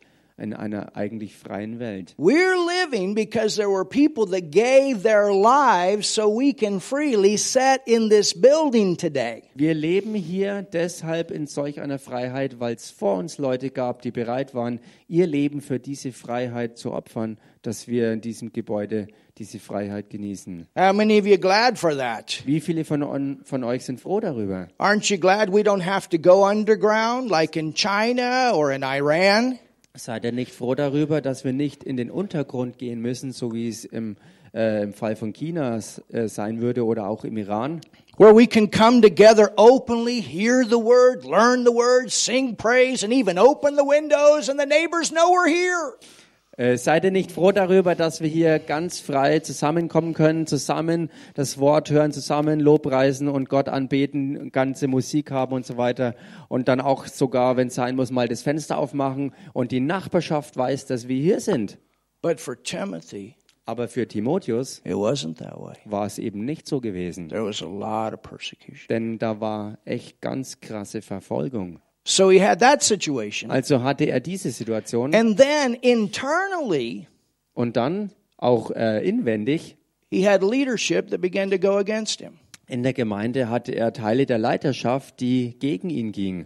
einer eigentlich freien Welt. We're living because there were people that gave their lives so we can freely sit in this building today. Wir leben hier deshalb in solch einer Freiheit, weil es vor uns Leute gab, die bereit waren, ihr Leben für diese Freiheit zu opfern, dass wir in diesem Gebäude diese Freiheit genießen. How many of you glad for that? Wie viele von euch sind froh darüber? Aren't you glad we don't have to go underground like in China or in Iran? Seid ihr nicht froh darüber, dass wir nicht in den Untergrund gehen müssen, so wie es im Fall von China sein würde oder auch im Iran? Where we can come together openly, hear the word, learn the word, sing praise, and even open the windows and the neighbors know we're here. Seid ihr nicht froh darüber, dass wir hier ganz frei zusammenkommen können, zusammen das Wort hören, zusammen Lobpreisen und Gott anbeten, ganze Musik haben und so weiter und dann auch sogar, wenn es sein muss, mal das Fenster aufmachen und die Nachbarschaft weiß, dass wir hier sind. But for Timothy, Aber für Timotheus it wasn't that way. war es eben nicht so gewesen, There was a lot of persecution. denn da war echt ganz krasse Verfolgung. So he had that situation. Also hatte er diese Situation And then internally, und dann auch inwendig he had leadership that began to go against him. in der Gemeinde hatte er Teile der Leiterschaft, die gegen ihn gingen.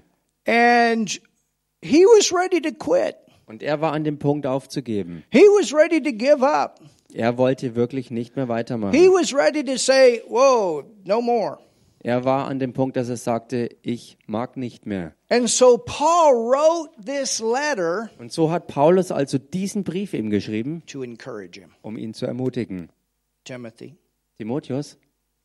And he was ready to quit. Und er war an dem Punkt aufzugeben. He was ready to give up. Er wollte wirklich nicht mehr weitermachen. He was ready to say, whoa, no more. Er war an dem Punkt, dass er sagte, ich mag nicht mehr. And so Paul wrote this letter Und so hat Paulus also diesen Brief ihm geschrieben, to encourage him. um ihn zu ermutigen. Timothy, Timotheus,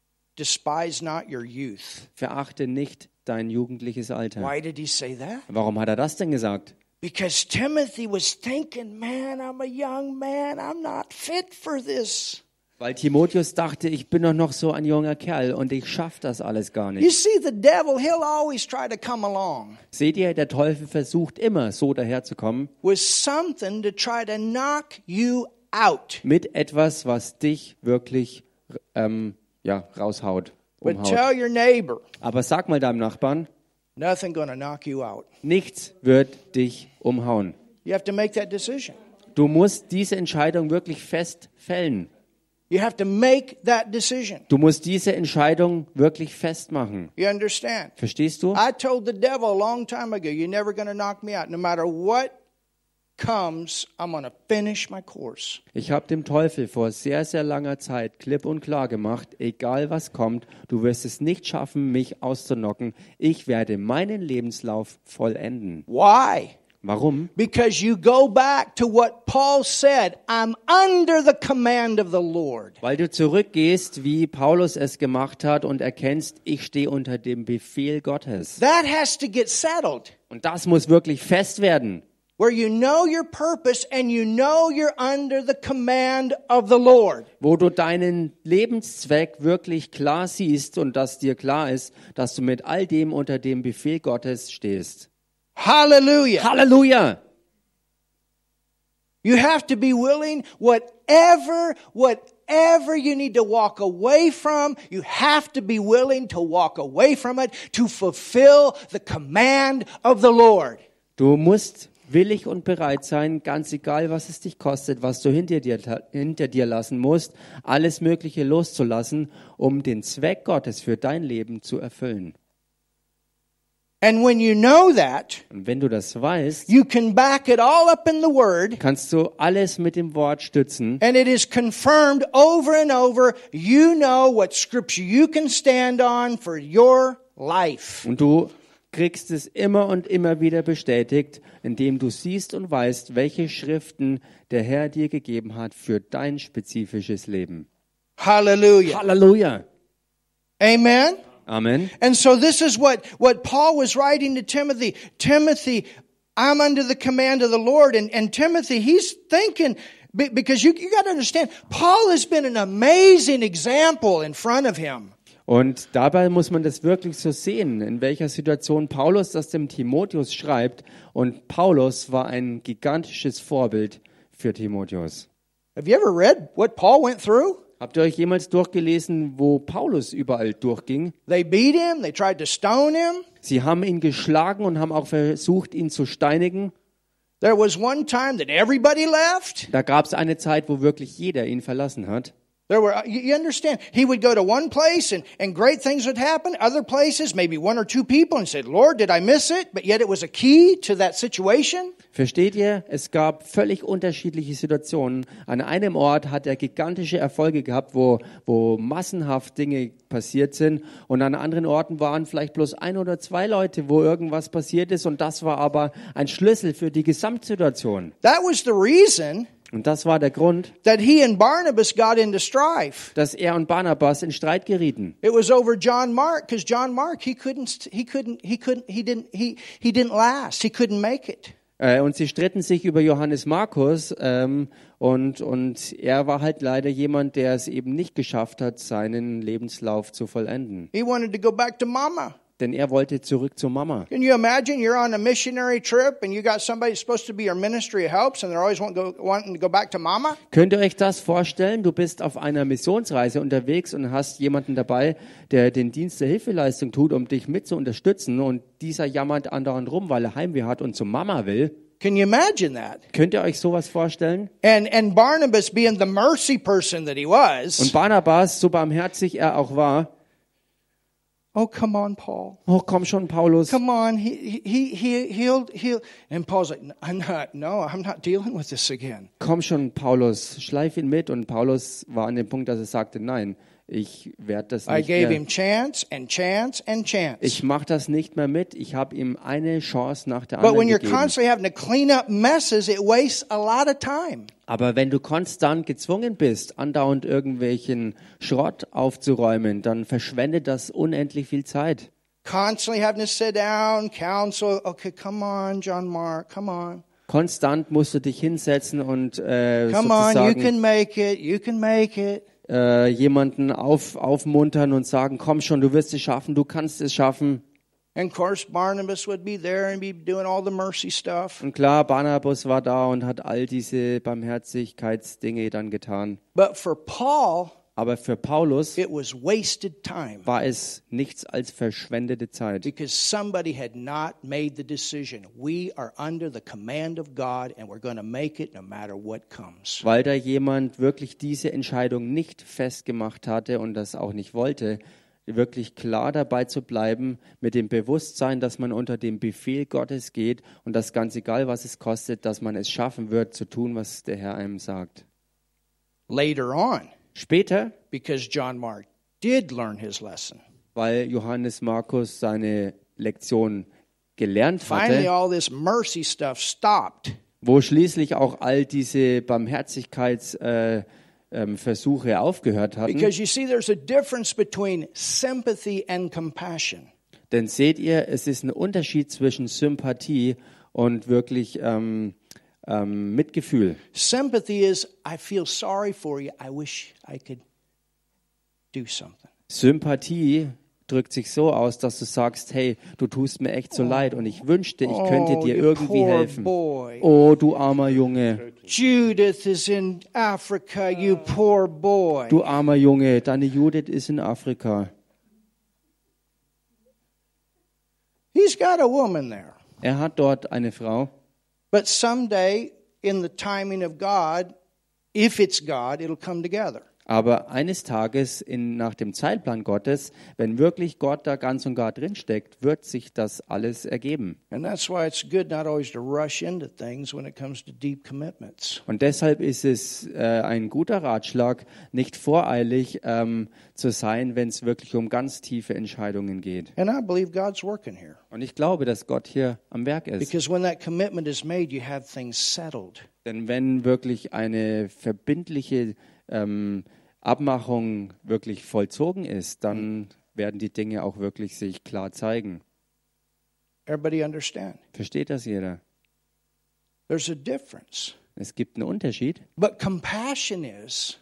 despise not your youth. verachte nicht dein jugendliches Alter. Why did he say that? Warum hat er das denn gesagt? Because Timothy was thinking, man, I'm a young man. I'm not fit for this. Weil Timotheus dachte, ich bin doch noch so ein junger Kerl und ich schaffe das alles gar You nicht. see, the devil, he'll always try to come along Seht ihr, der Teufel versucht immer so daherzukommen with something to try to knock you out. mit etwas, was dich wirklich raushaut, But umhaut. tell your neighbor, Aber sag mal deinem Nachbarn, nothing gonna knock you out. nichts wird dich umhauen. You have to make that decision. Du musst diese Entscheidung wirklich fest fällen. You have to make that decision. Du musst diese Entscheidung wirklich festmachen. You understand? Verstehst du? I told the devil a long time ago, you're never going to knock me out. No matter what comes, I'm going to finish my course. Ich habe dem Teufel vor sehr, sehr langer Zeit klipp und klar gemacht, egal was kommt, du wirst es nicht schaffen, mich auszunocken. Ich werde meinen Lebenslauf vollenden. Why? Warum? Because you go back to what Paul said, I'm under the command of the Lord. Weil du zurückgehst, wie Paulus es gemacht hat und erkennst, ich stehe unter dem Befehl Gottes. That has to get settled. Und das muss wirklich fest werden. Where you know your purpose and you know you're under the command of the Lord. Wo du deinen Lebenszweck wirklich klar siehst und dass dir klar ist, dass du mit all dem unter dem Befehl Gottes stehst. Hallelujah. Halleluja! You have to be willing, whatever you need to walk away from, you have to be willing to walk away from it to fulfill the command of the Lord. Du musst willig und bereit sein, ganz egal, was es dich kostet, was du hinter dir lassen musst, alles Mögliche loszulassen, um den Zweck Gottes für dein Leben zu erfüllen. And when you know that, Und wenn du das weißt, you can back it all up in the Word, kannst du alles mit dem Wort stützen. and it is confirmed over and over. You know what scripture you can stand on for your life. Und du kriegst es immer und immer wieder bestätigt, indem du siehst und weißt, welche Schriften der Herr dir gegeben hat für dein spezifisches Leben. Hallelujah. Halleluja. Amen. Amen. And so this is what Paul was writing to Timothy. Timothy, I'm under the command of the Lord. And Timothy, he's thinking, because you got to understand, Paul has been an amazing example in front of him. Und dabei muss man das wirklich so sehen, in welcher Situation Paulus das dem Timotheus schreibt. Und Paulus war ein gigantisches Vorbild für Timotheus. Have you ever read what Paul went through? Habt ihr euch jemals durchgelesen, wo Paulus überall durchging? They beat him. They tried to stone him. Sie haben ihn geschlagen und haben auch versucht, ihn zu steinigen. There was one time that everybody left. Da gab es eine Zeit, wo wirklich jeder ihn verlassen hat. There were, you understand, he would go to one place and great things would happen. Other places, maybe one or two people, and said, Lord, did I miss it? But yet it was a key to that situation. Versteht ihr? Es gab völlig unterschiedliche Situationen. An einem Ort hat er gigantische Erfolge gehabt, wo massenhaft Dinge passiert sind. Und an anderen Orten waren vielleicht bloß 1 oder 2 Leute, wo irgendwas passiert ist. Und das war aber ein Schlüssel für die Gesamtsituation. That was the reason Und das war der Grund, that he and Barnabas got into strife. dass er und Barnabas in Streit gerieten. It was over John Mark, because John Mark, he didn't last. He couldn't make it. Und sie stritten sich über Johannes Markus und er war halt leider jemand, der es eben nicht geschafft hat, seinen Lebenslauf zu vollenden. He wanted to go back to Mama. Denn er wollte zurück zur Mama. Can you imagine you're on a missionary trip and you got somebody supposed to be your ministry of helps and they're always wanting to go back to Mama? Könnt ihr euch das vorstellen? Du bist auf einer Missionsreise unterwegs und hast jemanden dabei, der den Dienst der Hilfeleistung tut, um dich mit zu unterstützen, und dieser jammert andauernd rum, weil er Heimweh hat und zur Mama will. Can you imagine that? Könnt ihr euch sowas vorstellen? And Barnabas, being the mercy person that he was, Und Barnabas, so barmherzig er auch war, oh, come on, Paul. oh komm schon, Paulus. Come on, he'll. And Paul's like, I'm not dealing with this again. Komm schon, Paulus, schleif ihn mit. Und Paulus war an dem Punkt, dass er sagte, nein, ich werde das I nicht gave mehr. him chance and chance and chance. Ich mache das nicht mehr mit. Ich habe ihm eine Chance nach der But anderen when you're gegeben. constantly having to clean up messes, it wastes a lot of time. Aber wenn du konstant gezwungen bist, andauernd irgendwelchen Schrott aufzuräumen, dann verschwendet das unendlich viel Zeit. Constantly having to sit down, counsel. Okay, come on, John Mark, come on. Konstant musst du dich hinsetzen und Come on, you sozusagen can make it, you can make it. Jemanden aufmuntern und sagen, komm schon, du wirst es schaffen, du kannst es schaffen. And of course, Barnabas would be there and be doing all the mercy stuff. Und klar, Barnabas war da und hat all diese Barmherzigkeitsdinge dann getan. But for Paul, Aber für Paulus it was wasted time war es nichts als verschwendete Zeit. because somebody had not made the decision. We are under the command of God and we're going to make it no matter what comes. Weil da jemand wirklich diese Entscheidung nicht festgemacht hatte und das auch nicht wollte, wirklich klar dabei zu bleiben, mit dem Bewusstsein, dass man unter dem Befehl Gottes geht und dass ganz egal, was es kostet, dass man es schaffen wird, zu tun, was der Herr einem sagt. Later on, Später, because John Mark did learn his lesson. weil Johannes Markus seine Lektion gelernt Finally, hatte, all this mercy stuff stopped. wo schließlich auch all diese Barmherzigkeitsversuche aufgehört hatten. Because you see, there's a difference between sympathy and compassion. Denn seht ihr, es ist ein Unterschied zwischen Sympathie und wirklich Mitgefühl. Sympathy is, I feel sorry for you. I wish I could do something. Sympathie drückt sich so aus, dass du sagst, hey, du tust mir echt so leid und ich wünschte, ich könnte dir you irgendwie poor helfen. boy. Oh, du armer Junge, Judith is in Africa, you poor boy. du armer Junge, deine Judith ist in Afrika. He's got a woman there. Er hat dort eine Frau, But someday, in the timing of God, if it's God, it'll come together. Aber eines Tages nach dem Zeitplan Gottes, wenn wirklich Gott da ganz und gar drin steckt, wird sich das alles ergeben. And that's why it's good not always to rush into things when it comes to deep commitments. Und deshalb ist es ein guter Ratschlag, nicht voreilig zu sein, wenn es wirklich um ganz tiefe Entscheidungen geht. And I believe God's working here. Und ich glaube, dass Gott hier am Werk ist. Because when that commitment is made, you have things settled. Denn wenn wirklich eine verbindliche Abmachung wirklich vollzogen ist, dann werden die Dinge auch wirklich sich klar zeigen. Everybody understand? Versteht das jeder? There's a difference. Es gibt einen Unterschied But compassion is,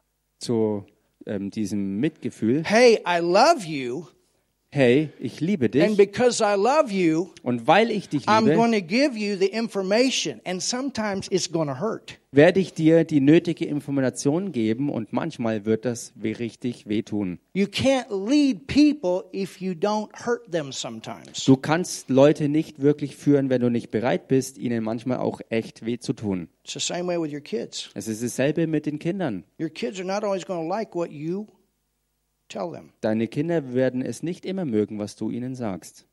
zu diesem Mitgefühl. hey, I love you, Hey, ich liebe and dich because I love you, und weil ich dich I'm liebe, going to give you the information, and sometimes it's going to hurt. werde ich dir die nötige Information geben und manchmal wird das richtig wehtun. You can't lead people if you don't hurt them sometimes. Du kannst Leute nicht wirklich führen, wenn du nicht bereit bist, ihnen manchmal auch echt weh zu tun. It's the same way with your kids. Es ist dasselbe mit den Kindern. Your kids are not always going to like what you tell them. Deine Kinder werden es nicht immer mögen, was du ihnen sagst.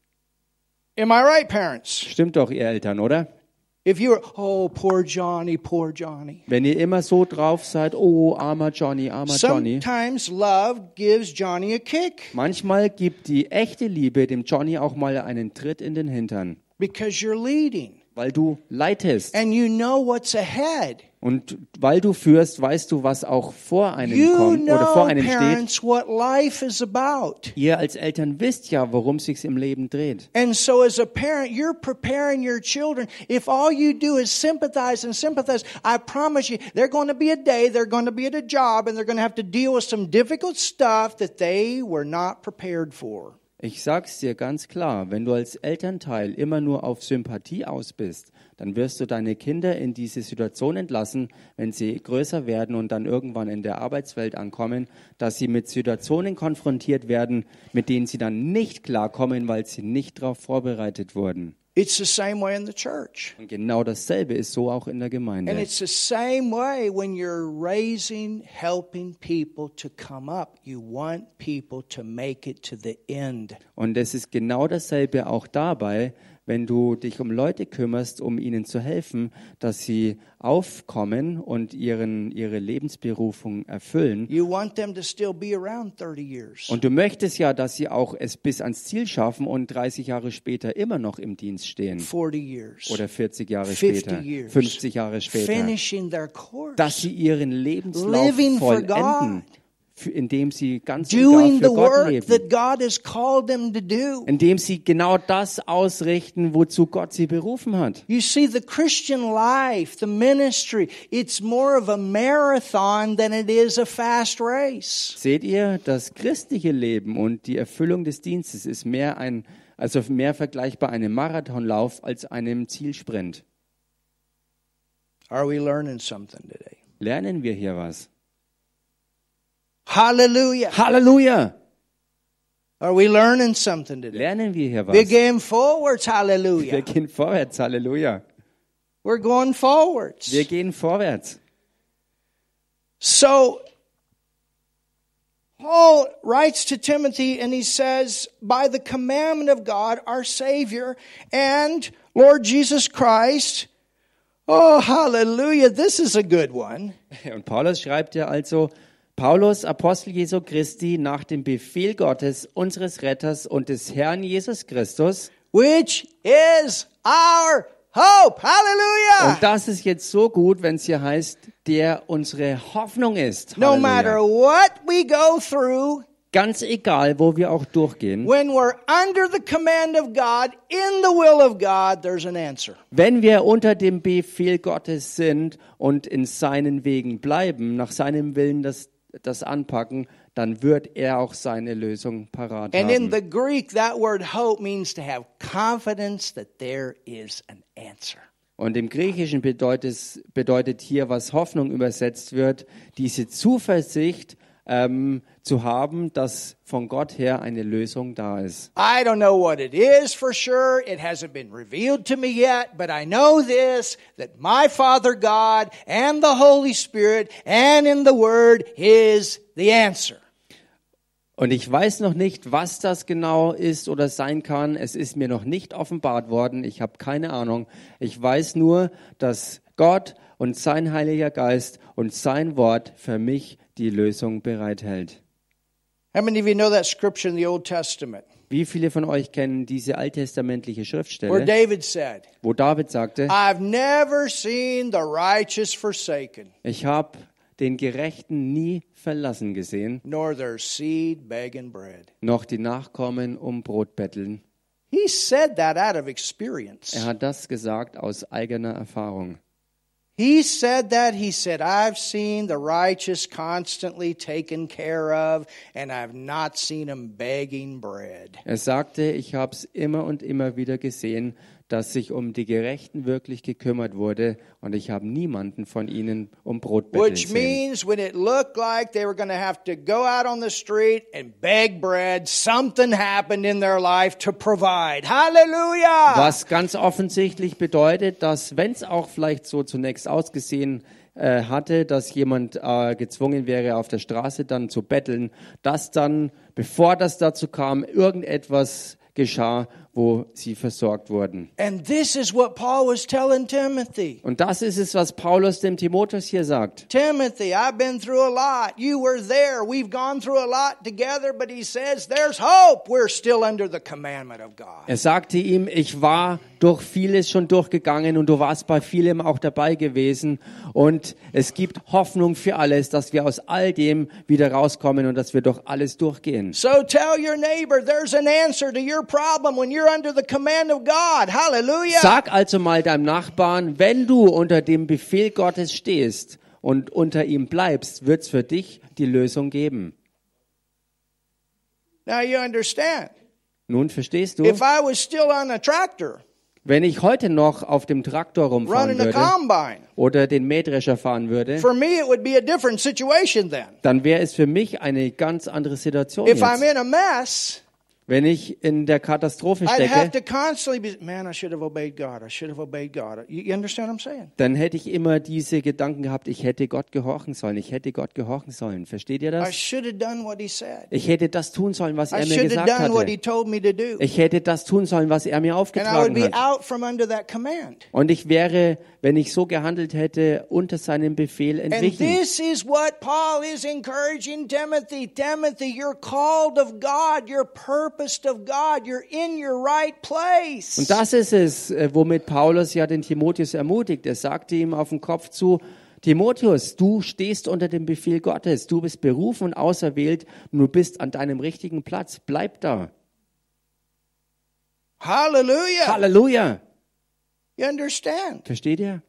Am I right, parents? Stimmt doch, ihr Eltern, oder? If you were, oh, poor Johnny, poor Johnny. Wenn ihr immer so drauf seid, oh, armer Johnny, armer Johnny. Sometimes love gives Johnny a kick Manchmal gibt die echte Liebe dem Johnny auch mal einen Tritt in den Hintern, because you're leading weil du leitest. and you know what's ahead. Und weil du führst, weißt du, was auch vor einem You kommt oder vor know, einem steht. parents, what life is about. Ihr als Eltern wisst ja, worum es sich im Leben dreht. And so as a parent, you're preparing your children. If all you do is sympathize and sympathize, I promise you, they're going to be a day, they're going to be at a job, and they're going to have to deal with some difficult stuff that they were not prepared for. Ich sag's dir ganz klar, wenn du als Elternteil immer nur auf Sympathie aus bist, dann wirst du deine Kinder in diese Situation entlassen, wenn sie größer werden und dann irgendwann in der Arbeitswelt ankommen, dass sie mit Situationen konfrontiert werden, mit denen sie dann nicht klarkommen, weil sie nicht darauf vorbereitet wurden. It's the same way in the church. Und genau dasselbe ist so auch in der And Gemeinde. it's the same way when you're raising, helping people to come up. You want people to make it to the end. Und es ist genau dasselbe auch dabei, wenn du dich um Leute kümmerst, um ihnen zu helfen, dass sie aufkommen und ihre Lebensberufung erfüllen. You want them to still be around 30 years. Und du möchtest ja, dass sie auch es bis ans Ziel schaffen und 30 Jahre später immer noch im Dienst stehen. 40 years. Oder 40 Jahre 50 später, years. 50 Jahre später. Finishing their course. Dass sie ihren Lebenslauf Living for vollenden, God. indem sie ganz und Doing gar the für Gott work leben. that God has called them to do. Indem sie genau das ausrichten, wozu Gott sie berufen hat. You see, the Christian life, the ministry, it's more of a marathon than it is a fast race. Seht ihr, das christliche Leben und die Erfüllung des Dienstes ist mehr vergleichbar einem Marathonlauf als einem Zielsprint. Are we learning something today? Lernen wir hier was? Hallelujah. Halleluja! Are we learning something today? Lernen wir hier was? We're going forwards. Wir Hallelujah. gehen vorwärts, Halleluja. We're going forwards. Wir gehen vorwärts. So, Paul writes to Timothy and he says, by the commandment of God, our Savior, and Lord Jesus Christ, oh, hallelujah, this is a good one. Und Paulus schreibt ja also, Paulus, Apostel Jesu Christi, nach dem Befehl Gottes, unseres Retters und des Herrn Jesus Christus. Which is our hope. Hallelujah. Und das ist jetzt so gut, wenn es hier heißt, der unsere Hoffnung ist. No Halleluja. matter what we go through, Ganz egal, wo wir auch durchgehen, when we're under the command of God, in the will of God, there's an answer. wenn wir unter dem Befehl Gottes sind und in seinen Wegen bleiben, nach seinem Willen das anpacken, dann wird er auch seine Lösung parat And in haben. the Greek, that word hope means to have confidence that there is an answer. Und im Griechischen bedeutet hier, was Hoffnung übersetzt wird, diese Zuversicht, zu haben, dass von Gott her eine Lösung da ist. I don't know what it is for sure. It hasn't been revealed to me yet, but I know this, that my Father God and the Holy Spirit and in the Word is the answer. Und ich weiß noch nicht, was das genau ist oder sein kann. Es ist mir noch nicht offenbart worden. Ich habe keine Ahnung. Ich weiß nur, dass Gott und sein Heiliger Geist und sein Wort für mich die Lösung bereithält. How many of you know that scripture in the Old Testament Wie viele von euch kennen diese alttestamentliche where Schriftstelle, David said, wo David sagte, I've never seen the righteous forsaken, ich habe den Gerechten nie verlassen gesehen, nor their seed begging bread. noch die Nachkommen um Brot betteln. He said that out of experience. Er hat das gesagt aus eigener Erfahrung. He said that. He said, I've seen the righteous constantly taken care of, and I've not seen them begging bread. Er sagte, ich habe es immer und immer wieder gesehen, dass sich um die Gerechten wirklich gekümmert wurde und ich habe niemanden von ihnen um Brot betteln Which sehen. means when it looked like they were going to have to go out on the street and beg bread, something happened in their life to provide. Hallelujah! Was ganz offensichtlich bedeutet, dass, wenn es auch vielleicht so zunächst ausgesehen hatte, dass jemand gezwungen wäre, auf der Straße dann zu betteln, dass dann, bevor das dazu kam, irgendetwas geschah, wo sie versorgt wurden. And this is what Paul was telling Timothy. Und das ist es, was Paulus dem Timotheus hier sagt. Timothy, I've been through a lot. You were there. We've gone through a lot together, but he says there's hope. We're still under the commandment of God. Er sagte ihm, ich war durch vieles schon durchgegangen und du warst bei vielem auch dabei gewesen und es gibt Hoffnung für alles, dass wir aus all dem wieder rauskommen und dass wir durch alles durchgehen. So tell your neighbor there's an answer to your problem when you're under the command of God. Hallelujah. Sag also mal deinem Nachbarn, wenn du unter dem Befehl Gottes stehst und unter ihm bleibst, wird es für dich die Lösung geben. Now you understand. Nun verstehst du, If I was still on a tractor wenn ich heute noch auf dem Traktor rumfahren running a würde combine, oder den Mähdrescher fahren würde, for me it would be a different situation then. dann wäre es für mich eine ganz andere Situation If I'm jetzt. in a mess, Wenn ich in der Katastrophe I'd have stecke, to constantly be, man, I should have obeyed God. I should have obeyed God. You understand what I'm saying? dann hätte ich immer diese Gedanken gehabt, ich hätte Gott gehorchen sollen, ich hätte Gott gehorchen sollen. Versteht ihr I das? should have done what he said. Ich hätte das tun sollen, was I er mir should have gesagt done what he hatte. told me to do. Ich hätte das tun sollen, was er mir And I would aufgetragen be hat. out from under that command. Und ich wäre, wenn ich so gehandelt hätte, unter seinem Befehl And entwichen. this is what Paul is encouraging Timothy. Timothy, you're called of God. You're purposed of God. You're in your right place. Und das ist es, womit Paulus ja den Timotheus ermutigt. Er sagte ihm auf den Kopf zu, Timotheus, du stehst unter dem Befehl Gottes. Du bist berufen und auserwählt und du bist an deinem richtigen Platz. Bleib da. Hallelujah. Halleluja. You understand? Versteht ihr?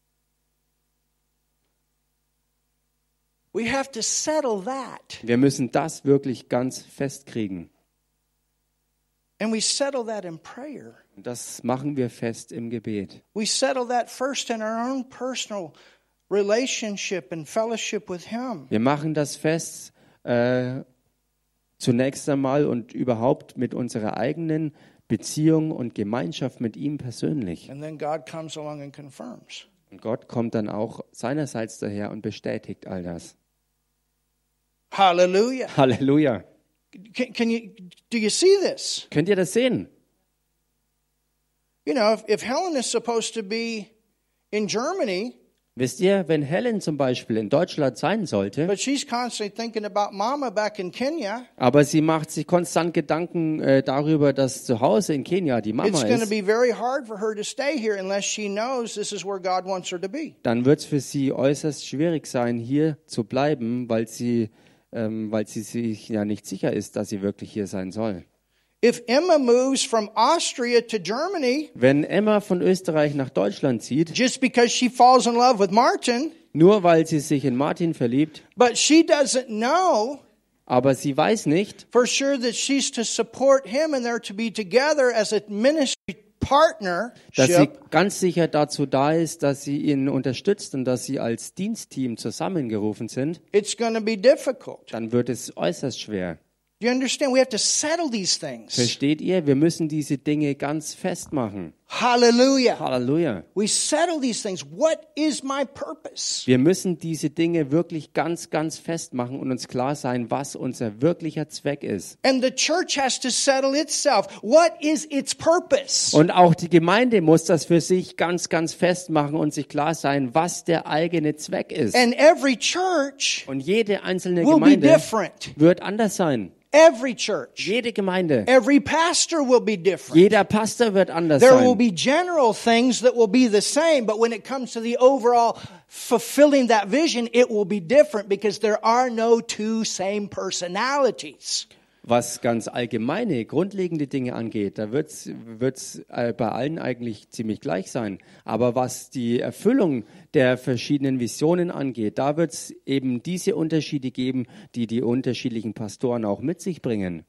We have to settle that. Wir müssen das wirklich ganz festkriegen. And we settle that in prayer. Und das machen wir fest im Gebet. We settle that first in our own personal relationship and fellowship with Him. Wir machen das fest zunächst einmal und überhaupt mit unserer eigenen Beziehung und Gemeinschaft mit ihm persönlich. And then God comes along and confirms. Und Gott kommt dann auch seinerseits daher und bestätigt all das. Hallelujah. Halleluja. Do you see this? Könnt ihr das sehen? You know, if Helen is supposed to be in Germany, Wisst ihr, wenn Helen zum Beispiel in Deutschland sein sollte, but she's constantly thinking about Mama back in Kenya, aber sie macht sich konstant Gedanken darüber, dass zu Hause in Kenia die Mama it's going to ist, be very hard for her to stay here unless she knows this is where God wants her to be. dann wird es für sie äußerst schwierig sein, hier zu bleiben, weil sie sich ja nicht sicher ist, dass sie wirklich hier sein soll. If Emma moves from Austria to Germany, Wenn Emma von Österreich nach Deutschland zieht, just because she falls in love with Martin, nur weil sie sich in Martin verliebt, but she doesn't know aber sie weiß nicht, for sure that she's to support him and they're to be together as a ministry dass sie partnership, ganz sicher dazu da ist, dass sie ihn unterstützt und dass sie als Dienstteam zusammengerufen sind, it's going to be difficult. dann wird es äußerst schwer. Do you understand? We have to settle these things. Versteht ihr? Wir müssen diese Dinge ganz festmachen. Hallelujah. Halleluja. We settle these things. What is my purpose? Wir müssen diese Dinge wirklich ganz, ganz festmachen und uns klar sein, was unser wirklicher Zweck ist. And the church has to settle itself. What is its purpose? Und auch die Gemeinde muss das für sich ganz, ganz festmachen und sich klar sein, was der eigene Zweck ist. And every church Und jede einzelne will be Gemeinde different. wird anders sein. Every church. Jede Gemeinde. Every pastor will be different. Jeder Pastor wird anders There will sein. be general things that will be the same, but when it comes to the overall fulfilling that vision, it will be different because there are no two same personalities. Was ganz allgemeine, grundlegende Dinge angeht, da wird's bei allen eigentlich ziemlich gleich sein. Aber was die Erfüllung der verschiedenen Visionen angeht, da wird es eben diese Unterschiede geben, die die unterschiedlichen Pastoren auch mit sich bringen.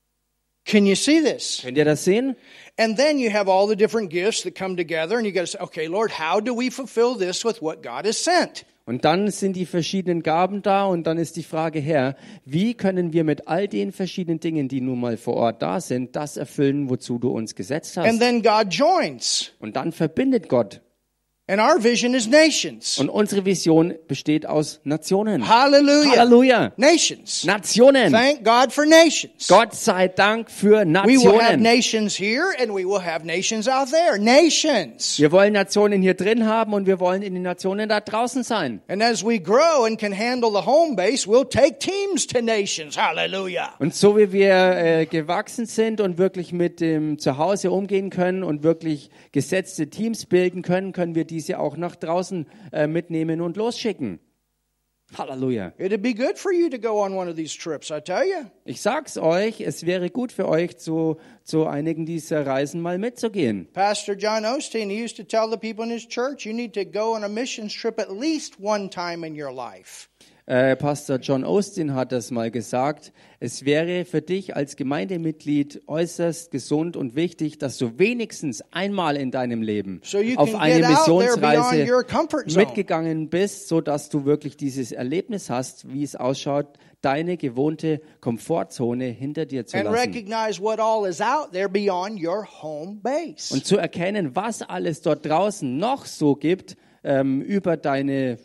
Can you see this? Könnt ihr das sehen? And then you have all the different gifts that come together and you got to say, okay, Lord, how do we fulfill this with what God has sent? Und dann sind die verschiedenen Gaben da und dann ist die Frage, Herr, wie können wir mit all den verschiedenen Dingen, die nun mal vor Ort da sind, das erfüllen, wozu du uns gesetzt And hast? then God joins. Und dann verbindet Gott. And our vision is nations. Und unsere Vision besteht aus Nationen. Hallelujah. Halleluja. Nations. Nationen. Thank God for nations. Gott sei Dank für We will have Nationen. nations here and we will have nations out there. Nations. Wir wollen Nationen hier drin haben und wir wollen in den Nationen da draußen sein. And as we grow and can handle the home base, we'll take teams to nations. Hallelujah. Und so wie wir gewachsen sind und wirklich mit dem Zuhause umgehen können und wirklich gesetzte Teams bilden können, können wir diese auch nach draußen mitnehmen und losschicken. Halleluja. It'd be good for you to go on one of these trips, I tell you. Ich sag's euch, es wäre gut für euch, zu einigen dieser Reisen mal mitzugehen. Pastor John Osteen, he used to tell the people in his church, you need to go on a missions trip at least one time in your life. Pastor John Osteen hat das mal gesagt, es wäre für dich als Gemeindemitglied äußerst gesund und wichtig, dass du wenigstens einmal in deinem Leben So you auf can eine get out there Missionsreise beyond your comfort zone. mitgegangen bist, sodass du wirklich dieses Erlebnis hast, wie es ausschaut, deine gewohnte Komfortzone hinter dir zu And lassen. recognize what all is out there beyond your home base. Und zu erkennen, was alles dort draußen noch so gibt, über deine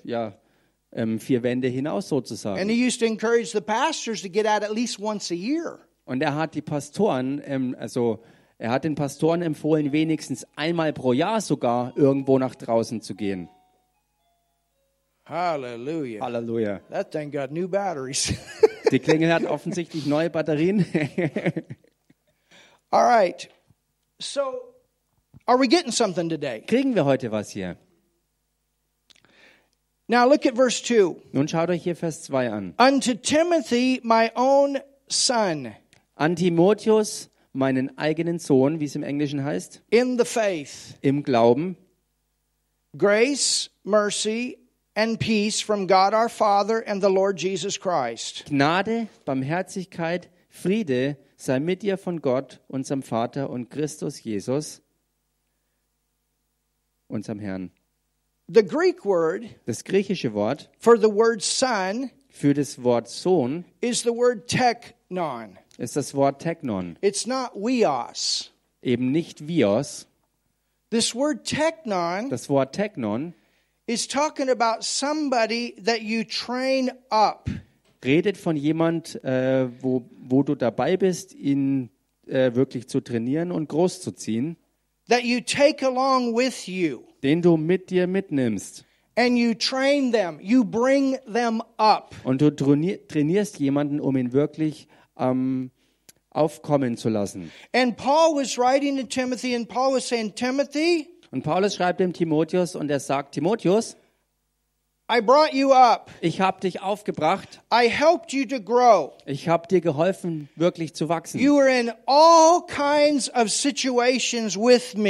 vier Wände hinaus And sozusagen. he used to encourage the pastors to get out at least once a year. Und er hat die Pastoren, er hat den Pastoren empfohlen, wenigstens einmal pro Jahr sogar irgendwo nach draußen zu gehen. Hallelujah. Halleluja. That thing got new batteries. Die Klingel hat offensichtlich neue Batterien. All right. So, are we getting something today? Kriegen wir heute was hier? Now look at verse 2. Nun schaut euch hier Vers 2 an. Unto Timothy, my own son, An Timotheus, meinen eigenen Sohn, wie es im Englischen heißt, in the faith, im Glauben, grace, mercy, and peace from God our Father and the Lord Jesus Christ. Gnade, Barmherzigkeit, Friede sei mit dir von Gott, unserem Vater und Christus Jesus, unserem Herrn. The Greek word Das griechische Wort for the word son für das Wort Sohn is the word teknon. ist das Wort Teknon, It's not weos. eben nicht Vios. This word teknon Das Wort Teknon is talking about somebody that you train up. redet von jemand, wo du dabei bist, ihn wirklich zu trainieren und großzuziehen, That you take along with you. den du mit dir mitnimmst. And you train them. You bring them up. Und du trainierst jemanden, um ihn wirklich aufkommen zu lassen. And Paul was writing to Timothy, and Paul was saying, Timothy, Und Paulus schreibt dem Timotheus und er sagt, Timotheus, I brought you up. ich habe dich aufgebracht, I helped you to grow. ich habe dir geholfen, wirklich zu wachsen. You were in all kinds of situations with me.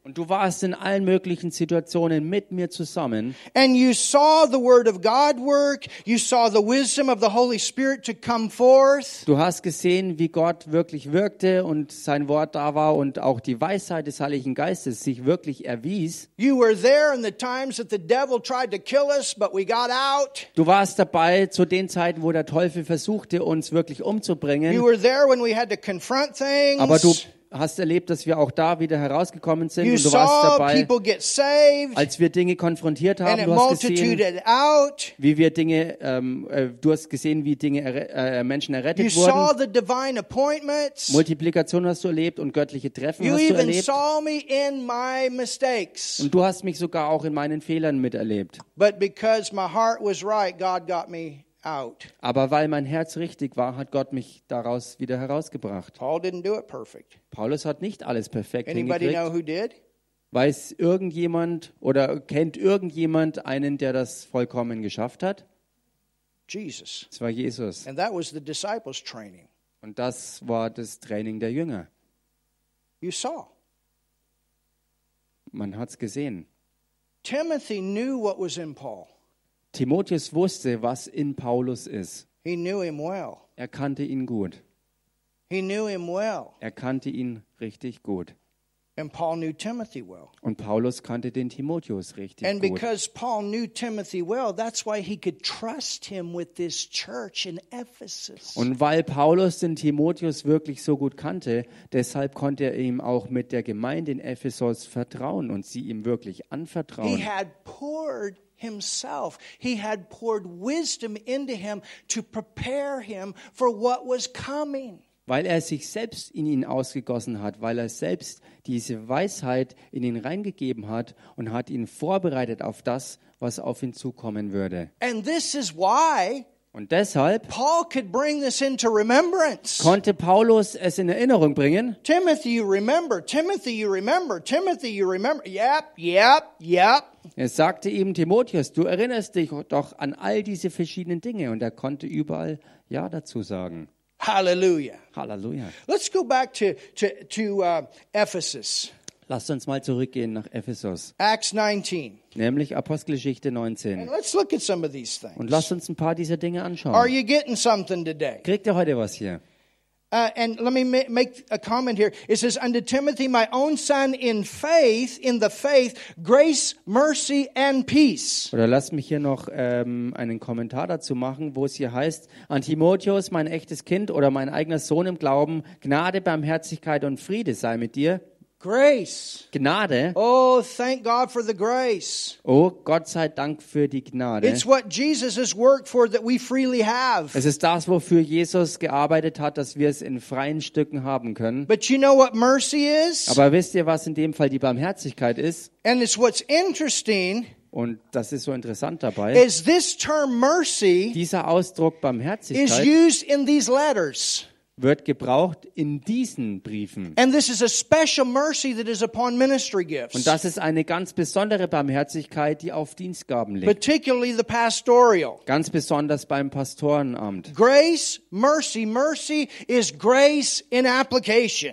Und du warst in allen möglichen Situationen mit mir zusammen. And you saw the word of God work. You saw the wisdom of the Holy Spirit to come forth. Du hast gesehen, wie Gott wirklich wirkte und sein Wort da war und auch die Weisheit des Heiligen Geistes sich wirklich erwies. You were there in the times that the devil tried to kill us, but we got out. Du warst dabei zu den Zeiten, wo der Teufel versuchte, uns wirklich You umzubringen. were there when we had to confront things. Aber du hast erlebt, dass wir auch da wieder herausgekommen sind. You Und du warst saw dabei, people get saved, als wir Dinge konfrontiert and haben. it Du hast gesehen, multituded out. wie wir Dinge, du hast gesehen, wie Menschen You errettet saw wurden. the divine appointments. Multiplikation hast du erlebt und göttliche Treffen You hast du even erlebt. saw me in my mistakes. Und du hast mich sogar auch in meinen Fehlern miterlebt. But because my heart was right, God got me out. Aber weil mein Herz richtig war, hat Gott mich daraus wieder herausgebracht. Paul didn't do it perfect. Paulus hat nicht alles perfekt Anybody know hingekriegt. who did? Weiß irgendjemand oder kennt irgendjemand einen, der das vollkommen geschafft hat? Jesus. Das war Jesus. And that was the disciples' training. Und das war das Training der Jünger. You saw. Man hat es gesehen. Timothy knew what was in Paul. Timotheus wusste, was in Paulus ist. He knew him well. Er kannte ihn gut. He knew him well. Er kannte ihn richtig gut. And Paul knew Timothy well. Und Paulus kannte den Timotheus richtig And gut. because Paul knew Timothy well, that's why he could trust him with this church in Ephesus. Und weil Paulus den Timotheus wirklich so gut kannte, deshalb konnte er ihm auch mit der Gemeinde in Ephesus vertrauen und sie ihm wirklich He anvertrauen. had poured himself. He had poured wisdom into him to prepare him for what was coming. Weil er sich selbst in ihn ausgegossen hat, weil er selbst diese Weisheit in ihn reingegeben hat und hat ihn vorbereitet auf das, was auf ihn zukommen würde. And this is why Und deshalb Paul could bring this into remembrance. konnte Paulus es in Erinnerung bringen. Timothy, you remember. Timothy, you remember. Timothy, you remember. Yep. Er sagte ihm, Timotheus, du erinnerst dich doch an all diese verschiedenen Dinge. Und er konnte überall Ja dazu sagen. Hallelujah. Halleluja. Let's go back to Ephesus. Lasst uns mal zurückgehen nach Ephesus, Acts 19. nämlich Apostelgeschichte And 19. let's look at some of these Und things. lasst uns ein paar dieser Dinge Are anschauen. you getting something today? Kriegt ihr heute was hier? And let me make a comment here. It says, unto Timothy, my own son, in the faith, grace, mercy, and peace. Oder lasst mich hier noch einen Kommentar dazu machen, wo es hier heißt, an Timotheus, mein echtes Kind oder mein eigener Sohn im Glauben, Gnade, Barmherzigkeit und Friede sei mit dir. Grace. Gnade, Oh, thank God for the grace. oh Gott sei Dank für die Gnade. It's what Jesus has worked for that we freely have. Es ist das, wofür Jesus gearbeitet hat, dass wir es in freien Stücken haben können. But you know what mercy is? Aber wisst ihr, was in dem Fall die Barmherzigkeit ist? And it's what's interesting Und das ist so interessant dabei. is this term mercy Dieser Ausdruck is Barmherzigkeit used in these letters. wird gebraucht in diesen Briefen. And this is a special mercy that is upon ministry gifts, Und das ist eine ganz besondere Barmherzigkeit, die auf Dienstgaben liegt. particularly the pastoral. Ganz besonders beim Pastorenamt. Grace, mercy. Mercy is grace in application.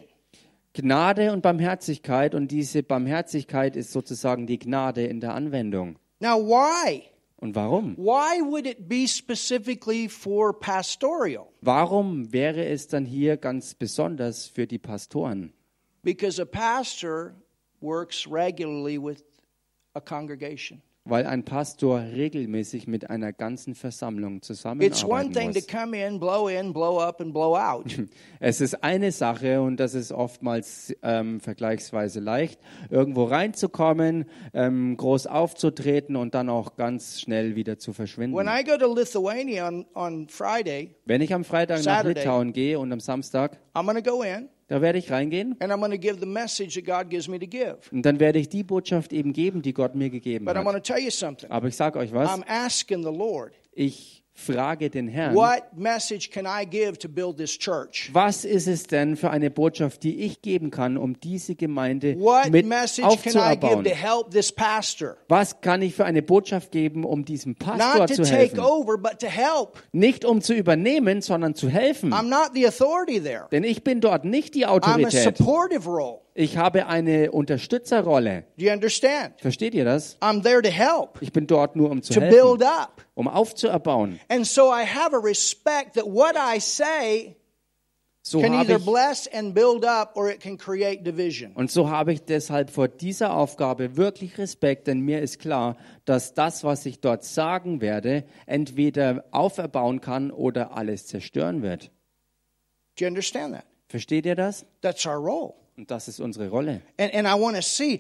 Gnade und Barmherzigkeit, und diese Barmherzigkeit ist sozusagen die Gnade in der Anwendung. Now, why? Und warum? Why would it be specifically for pastoral? Warum wäre es dann hier ganz besonders für die Pastoren? Because a pastor works regularly with a congregation. Weil ein Pastor regelmäßig mit einer ganzen Versammlung It's one zusammenarbeiten thing to muss. come in, blow up, and blow out. Es ist eine Sache, und das ist oftmals vergleichsweise leicht, irgendwo reinzukommen, groß aufzutreten und dann auch ganz schnell wieder zu verschwinden. When I go to Lithuania on Friday, Wenn ich am Freitag nach Saturday. Litauen gehe und am Samstag, I'm going to go in da werde ich reingehen and I'm going to give the message that God gives me to give. und dann werde ich die Botschaft eben geben, die Gott mir gegeben But I'm going hat. to tell you something. Aber ich sage euch was, I'm asking the Lord, ich frage den Herrn, what message can I give to build this church? was ist es denn für eine Botschaft, die ich geben kann, um diese Gemeinde What mit message can I give aufzubauen? to help this pastor? Was kann ich für eine Botschaft geben, um diesem Pastor Not to zu take helfen? over, but to help. Nicht um zu übernehmen, sondern zu helfen. I'm not the authority there. Denn ich bin dort nicht die I'm a Autorität. supportive role. Ich habe eine Unterstützerrolle. Do you understand? Versteht ihr das? I'm there to help, Ich bin dort nur, um zu to helfen, build up. um aufzuerbauen. And so I have a respect that what I say So can habe either ich, bless and build up or it can create division. und so habe ich deshalb vor dieser Aufgabe wirklich Respekt, denn mir ist klar, dass das, was ich dort sagen werde, entweder auferbauen kann oder alles zerstören wird. Do you understand that? Versteht ihr das? That's our role. Und das ist unsere Rolle. And I want to see,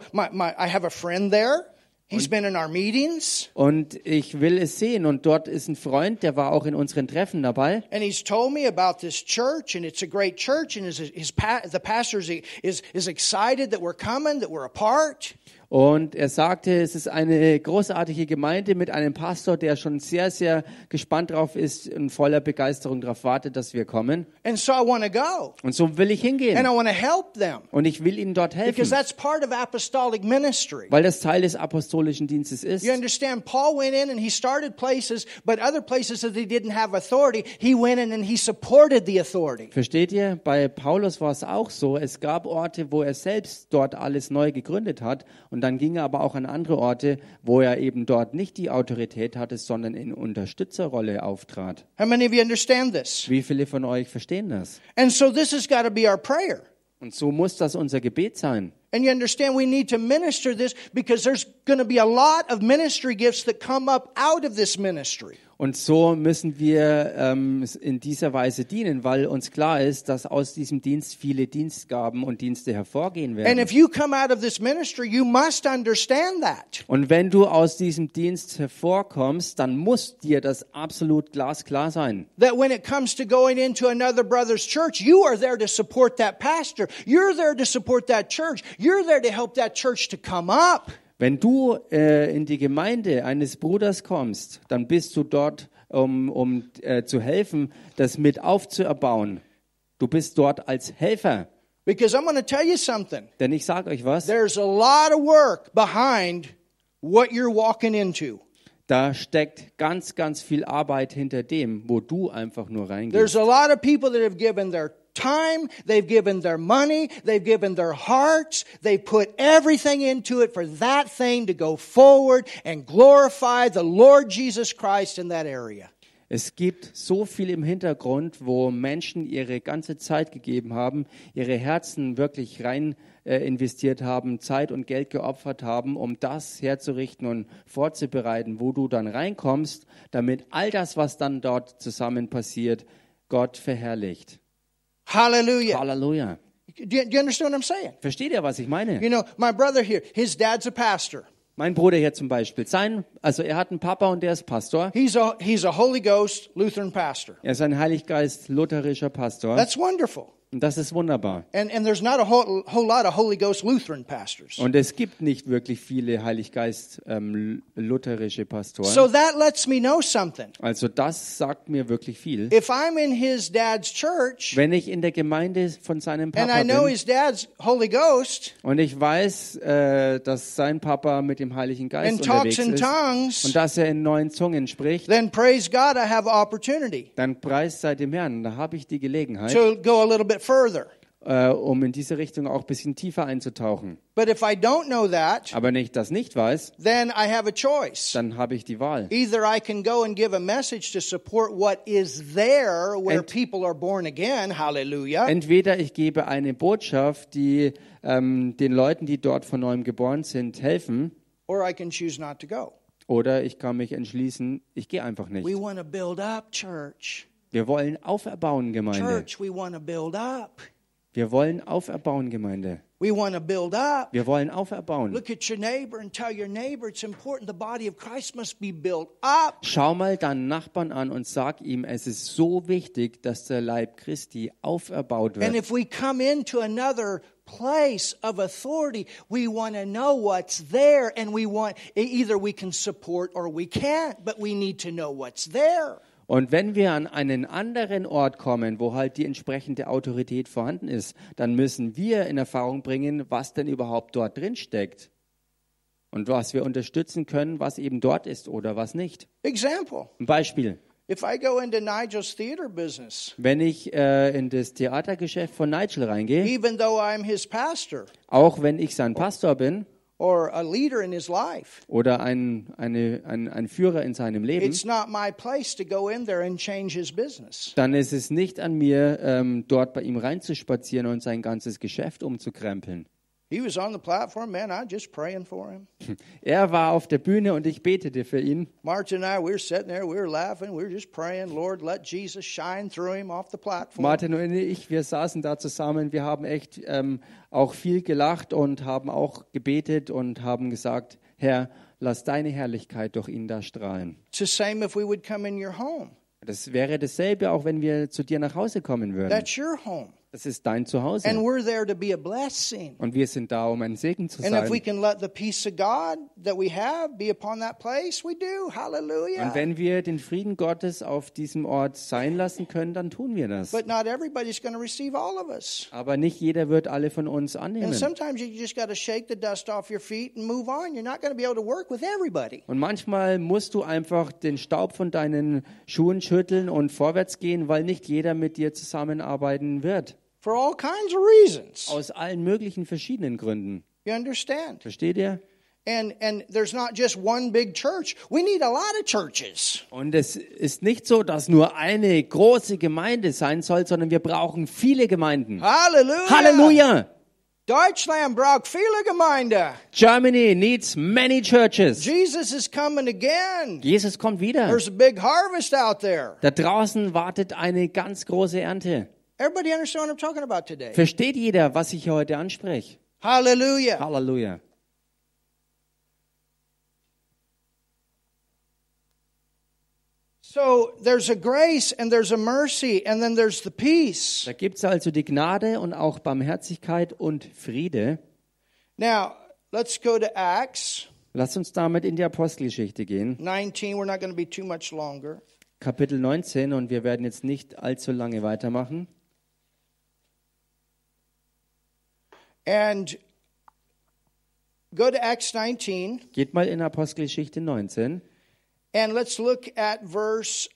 I have a friend there. He's been in our meetings. Und ich will es sehen. Und dort ist ein Freund, der war auch in unseren Treffen dabei. And he's told me about this church, and it's a great church, and the pastor is excited that we're coming, that we're a part. Und er sagte, es ist eine großartige Gemeinde mit einem Pastor, der schon sehr, sehr gespannt drauf ist und voller Begeisterung darauf wartet, dass wir kommen. And so I want to go. Und so will ich And I hingehen. want to help them. Und ich will ihnen dort Because helfen, that's part of apostolic ministry. weil das Teil des apostolischen Dienstes ist. You understand? Paul went in and he started places, but other places that he didn't have authority, he went in and he supported the authority. Versteht ihr? Bei Paulus war es auch so. Es gab Orte, wo er selbst dort alles neu gegründet hat. Und dann ging er aber auch an andere Orte, wo er eben dort nicht die Autorität hatte, sondern in Unterstützerrolle auftrat. How many of you understand this? Wie viele von euch verstehen das? And so this has got to be our prayer. Und so muss das unser Gebet sein. And you understand we need to minister this because there's going to be a lot of ministry gifts that come up out of this ministry. Und so müssen wir in dieser Weise dienen, weil uns klar ist, dass aus diesem Dienst viele Dienstgaben und Dienste hervorgehen And werden. if you come out of this ministry, you must understand that. Und wenn du aus diesem Dienst hervorkommst, dann muss dir das absolut glasklar sein. That when it comes to going into another brother's church, you are there to support that pastor. You're there to support that church. You're there to help that church to come up. Wenn du in die Gemeinde eines Bruders kommst, dann bist du dort, um zu helfen, das mit aufzuerbauen. Du bist dort als Helfer. Because I'm going to tell you something. Denn ich sage euch was, There's a lot of work behind what you're walking into. da steckt ganz, ganz viel Arbeit hinter dem, wo du einfach nur reingehst. There's a lot of people that have given their time, they've given their money, they've given their hearts, they put everything into it for that thing to go forward and glorify the Lord Jesus Christ in that area. Es gibt so viel im Hintergrund, wo Menschen ihre ganze Zeit gegeben haben, ihre Herzen wirklich rein investiert haben, Zeit und Geld geopfert haben, um das herzurichten und vorzubereiten, wo du dann reinkommst, damit all das, was dann dort zusammen passiert, Gott verherrlicht. Hallelujah. Halleluja. Do you understand what I'm saying? Versteht ihr, was ich meine? You know, my brother here, his dad's a pastor. Mein Bruder hier zum Beispiel, er hat einen Papa und der ist Pastor. He's a Holy Ghost Lutheran pastor. Er ist ein Heiliggeist lutherischer Pastor. That's wonderful. Und das ist wunderbar. And there's not a whole lot of Holy Ghost Lutheran pastors. Und es gibt nicht wirklich viele Heiliggeist lutherische Pastoren. So that lets me know something. Also das sagt mir wirklich viel. If I'm in his dad's church Wenn ich in der Gemeinde von seinem and Papa I know bin his dad's Holy Ghost und ich weiß, dass sein Papa mit dem Heiligen Geist and talks unterwegs in ist tongues, und dass er in neuen Zungen spricht, then praise God, I have opportunity dann preist sei dem Herrn. Da habe ich die Gelegenheit, to go a little bit further. um in diese Richtung auch ein bisschen tiefer einzutauchen. But if I don't know that, Aber wenn ich das nicht weiß, then I have a choice. dann habe ich die Wahl. Either I can go and give a message to support what is there where Ent- people are born again, hallelujah, Entweder ich gebe eine Botschaft, die den Leuten, die dort von neuem geboren sind, helfen, or I can choose not to go. oder ich kann mich entschließen, ich gehe einfach We nicht. want to build up, church. Wir wollen auferbauen, Gemeinde. Church, we want to build up. Wir wollen auferbauen, Gemeinde. We want to build up. Wir wollen auferbauen. Look at your neighbor and tell your neighbor it's important. The body of Christ must be built up. Schau mal deinen Nachbarn an und sag ihm, es ist so wichtig, dass der Leib Christi auferbaut And wird. if we come into another place of authority, we want to know what's there, and we want either we can support or we can't, but we need to know what's there. Und wenn wir an einen anderen Ort kommen, wo halt die entsprechende Autorität vorhanden ist, dann müssen wir in Erfahrung bringen, was denn überhaupt dort drin steckt. Und was wir unterstützen können, was eben dort ist oder was nicht. Example. Ein Beispiel. If I go into Nigel's theater business, Wenn ich in das Theatergeschäft von Nigel reingehe, even though I'm his pastor auch wenn ich sein Pastor bin or a leader in his life, oder ein Führer in seinem Leben, it's not my place to go in there and change his business. dann ist es nicht an mir, dort bei ihm reinzuspazieren und sein ganzes Geschäft umzukrempeln. He was on the platform, man, I just praying for him. Er war auf der Bühne und ich betete für ihn. Martin and I, we were sitting there, we were laughing, we were just praying, Lord, let Jesus shine through him off the platform. Martin und ich, wir saßen da zusammen, wir haben echt auch viel gelacht und haben auch gebetet und haben gesagt, Herr, lass deine Herrlichkeit durch ihn da strahlen. It's the same if we would come in your home. Das wäre dasselbe, auch wenn wir zu dir nach Hause kommen würden. That's your home. Das ist dein Zuhause. And we're there to be a blessing. Und wir sind da, um ein Segen zu And if we sein. can let the peace of God that we have be upon that place, we do. Hallelujah. Und wenn wir den Frieden Gottes auf diesem Ort sein lassen können, dann tun wir das. But not everybody's going to receive all of us. Aber nicht jeder wird alle von uns And annehmen. sometimes you just got to shake the dust off your feet and move on. You're not going to be able to work with everybody. Und manchmal musst du einfach den Staub von deinen Schuhen schütteln und vorwärts gehen, weil nicht jeder mit dir zusammenarbeiten wird. For all kinds of reasons. Aus allen möglichen verschiedenen Gründen. You understand? Versteht ihr? And there's not just one big church. We need a lot of churches. Und es ist nicht so, dass nur eine große Gemeinde sein soll, sondern wir brauchen viele Gemeinden. Hallelujah. Halleluja! Deutschland braucht viele Gemeinde. Germany needs many churches. Jesus is coming again. Jesus kommt wieder. There's a big harvest out there. Da draußen wartet eine ganz große Ernte. Everybody understand what I'm talking about today? Versteht jeder, was ich heute anspreche? Hallelujah. Halleluja. So there's a grace and there's a mercy and then there's the peace. Da gibt es also die Gnade und auch Barmherzigkeit und Friede. Now, let's go to Acts Lass uns damit in die Apostelgeschichte gehen. 19. We're not going to be too much longer. Kapitel 19 und wir werden jetzt nicht allzu lange weitermachen. And go to Acts 19 Geht mal in Apostelgeschichte 19 and let's look at verse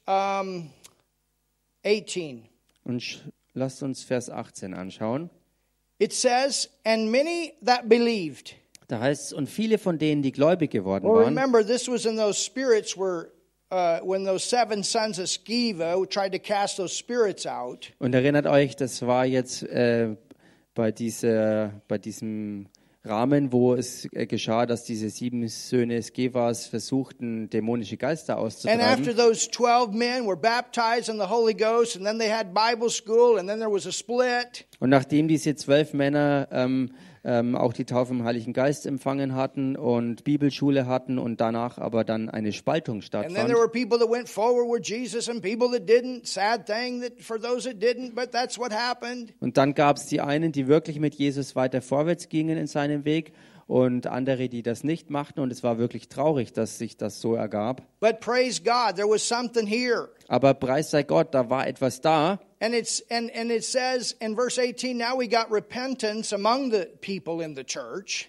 18. und lasst uns Vers 18 anschauen. It says, and many that believed. Da heißt es, und viele von denen, die gläubig geworden Well, waren, remember, this was in those spirits where when those 7 sons of Sceva tried to cast those spirits out. und erinnert euch, das war jetzt bei diesem Rahmen, wo es geschah, dass diese 7 Söhne Skevas versuchten, dämonische Geister And after auszutreiben. those 12 men were baptized in the Holy Ghost, and then they had Bible school, and then there was a split. Und nachdem diese 12 Männer auch die Taufe im Heiligen Geist empfangen hatten und Bibelschule hatten und danach aber dann eine Spaltung And then stattfand. there were people that went forward with Jesus and people that didn't. Sad thing that for those that didn't, but that's what happened. Und dann gab es die einen, die wirklich mit Jesus weiter vorwärts gingen in seinem Weg und andere, die das nicht machten. Und es war wirklich traurig, dass sich das so ergab. But praise God, there was something here. Aber preis sei Gott, da war etwas da. And it says in verse 18, now we got repentance among the people in the church.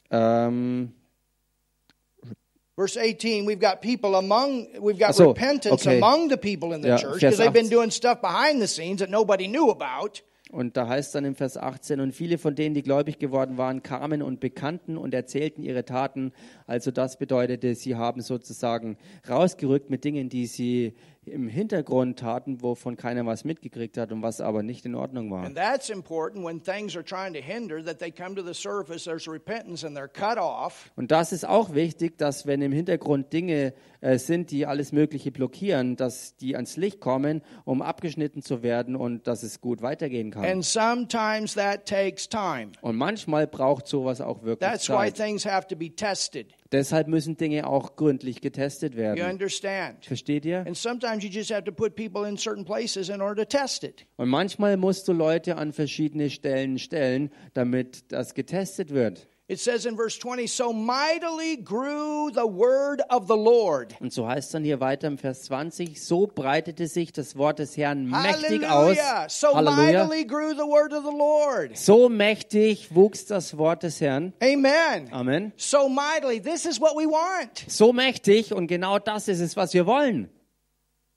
Verse 18, we've got repentance okay. among the people in the Ja, church Vers because they've been 18. doing stuff behind the scenes that nobody knew about. Und da heißt dann im Vers 18, und viele von denen, die gläubig geworden waren, kamen und bekannten und erzählten ihre Taten. Also das bedeutete, sie haben sozusagen rausgerückt mit Dingen, die sie im Hintergrund taten, wovon keiner was mitgekriegt hat und was aber nicht in Ordnung war. And that's important when things are trying to hinder, that they come to the surface, there's repentance and they're cut off. Und das ist auch wichtig, dass wenn im Hintergrund Dinge sind, die alles Mögliche blockieren, dass die ans Licht kommen, um abgeschnitten zu werden und dass es gut weitergehen kann. And sometimes that takes time. Und manchmal braucht sowas auch wirklich That's why Zeit. things have to be tested. Deshalb müssen Dinge auch gründlich getestet You werden. understand? Versteht ihr? And sometimes you just have to put people in certain places in order to test it. Und manchmal musst du Leute an verschiedene Stellen stellen, damit das getestet wird. It says in verse 20, so mightily grew the word of the Lord. Und so heißt es dann hier weiter im Vers 20, so breitete sich das Wort des Herrn mächtig aus. Hallelujah. So Halleluja. mightily grew the word of the Lord. So mächtig wuchs das Wort des Herrn. Amen. Amen. So mightily. This is what we want. So mächtig und genau das ist es, was wir wollen.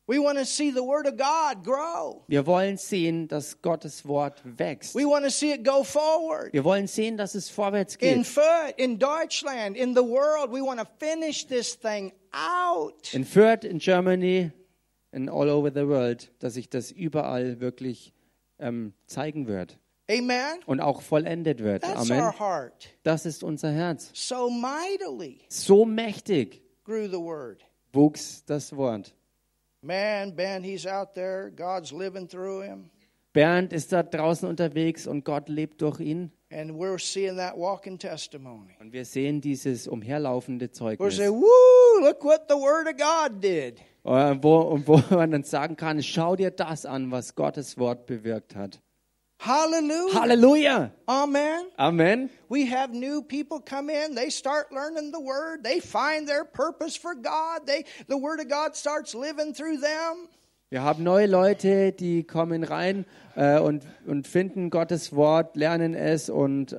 We want to see the Word of God grow. Wir wollen sehen, dass Gottes Wort wächst. We want to see it go forward. Wir wollen sehen, dass es vorwärts In geht. Fürth, in Deutschland, in the world, we want to finish this thing out. In Fürth, in Germany, and all over the world, dass sich das überall wirklich zeigen wird Amen? und auch vollendet wird. That's Amen. our heart. Das ist unser Herz. So mightily So mächtig grew the Word. wuchs das Wort. Man, Ben, he's out there. God's living through him. Bernd ist da draußen unterwegs und Gott lebt durch ihn. And we're seeing that walking testimony. Und wir sehen dieses umherlaufende We're Zeugnis, saying, woo, look what the Word of God did. wo man dann sagen kann, schau dir das an, was Gottes Wort bewirkt hat. Hallelujah. Halleluja! Amen. Amen. We have new people come in. They start learning the Word. They find their purpose for God. The Word of God starts living through them. Wir haben neue Leute, die kommen rein und finden Gottes Wort, lernen es und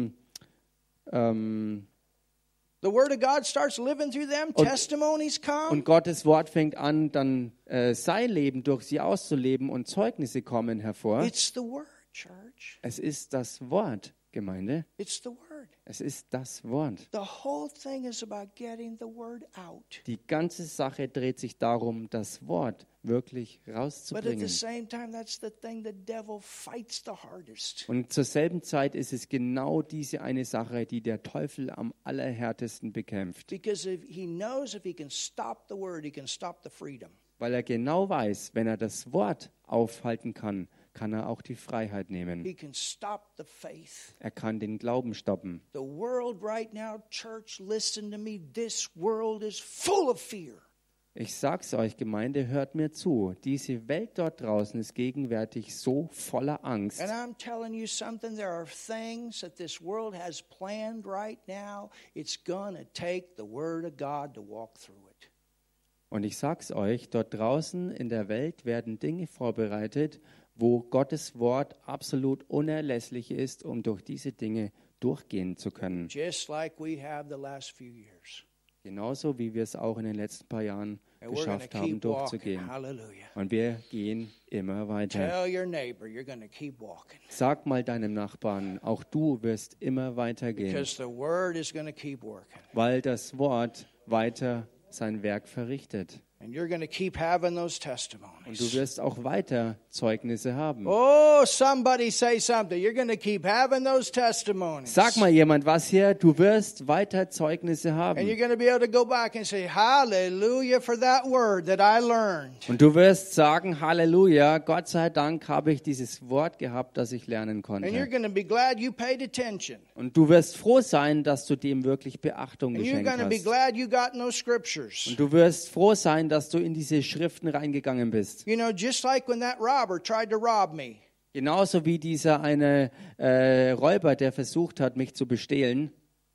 The Word of God starts living through them. Testimonies come. Gottes Wort fängt an, dann sein Leben durch sie auszuleben und Zeugnisse kommen hervor. It's the Word, church. Es ist das Wort, Gemeinde. It's the Word. Es ist das Wort. The whole thing is about getting the Word out. Die ganze Sache dreht sich darum, das Wort wirklich But at the rauszubringen. same time, that's the thing the devil fights the hardest. Und zur selben Zeit ist es genau diese eine Sache, die der Teufel am allerhärtesten bekämpft. Because he knows if he can stop the Word, he can stop the freedom. Weil er genau weiß, wenn er das Wort aufhalten kann, kann er auch die Freiheit nehmen. He can stop the faith. Er kann den Glauben stoppen. The world right now, church, listen to me. This world is full of fear. Ich sag's euch, Gemeinde, hört mir zu. Diese Welt dort draußen ist gegenwärtig so voller Angst. And I'm telling you something, there are things that this world has planned right now. It's going to take the Word of God to walk through it. Und ich sag's euch, dort draußen in der Welt werden Dinge vorbereitet, wo Gottes Wort absolut unerlässlich ist, um durch diese Dinge durchgehen zu können. Just like we have the last few years. Genauso wie wir es auch in den letzten paar Jahren And we're going to geschafft haben, keep walking. durchzugehen. Hallelujah. Und wir gehen immer weiter. Tell your neighbor you're going to keep walking. Sag mal deinem Nachbarn, auch du wirst immer weitergehen, Because the Word is going to keep working. weil das Wort weiter sein Werk verrichtet. And you're going to keep having those Und du testimonies. wirst auch weiter Zeugnisse haben. Oh, somebody say something. You're going to keep having those testimonies. Sag mal jemand was hier, du wirst weiter Zeugnisse And you're haben. going to be able to go back and say, hallelujah for that word that I learned. Und du wirst sagen, Halleluja, Gott sei Dank habe ich dieses Wort gehabt, das ich lernen And you're konnte. going to be glad you paid attention. Und du wirst froh sein, dass du dem wirklich Beachtung And you're geschenkt going to be hast. glad you got in those scriptures. Und du wirst froh sein, dass du in diese Schriften reingegangen bist. You know, just like when that robber tried to rob me. Genauso wie dieser eine Räuber, der versucht hat, mich zu bestehlen.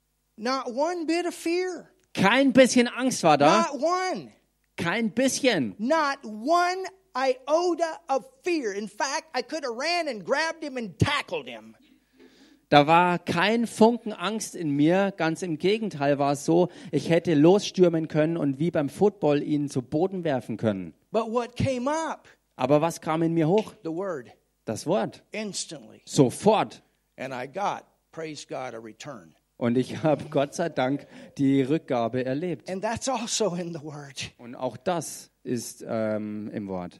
Not one bit of fear. Kein bisschen Angst war da. Not one. Kein bisschen. Not one iota of fear. In fact, I could have ran and grabbed him and tackled him. Da war kein Funken Angst in mir. Ganz im Gegenteil war es so, ich hätte losstürmen können und wie beim Football ihn zu Boden werfen können. But what came up? Aber was kam in mir hoch? The word. Das Wort. Instantly. Sofort. And I got, praise God, a return. Und ich habe Gott sei Dank die Rückgabe erlebt. And that's also in the word. Und auch das ist im Wort.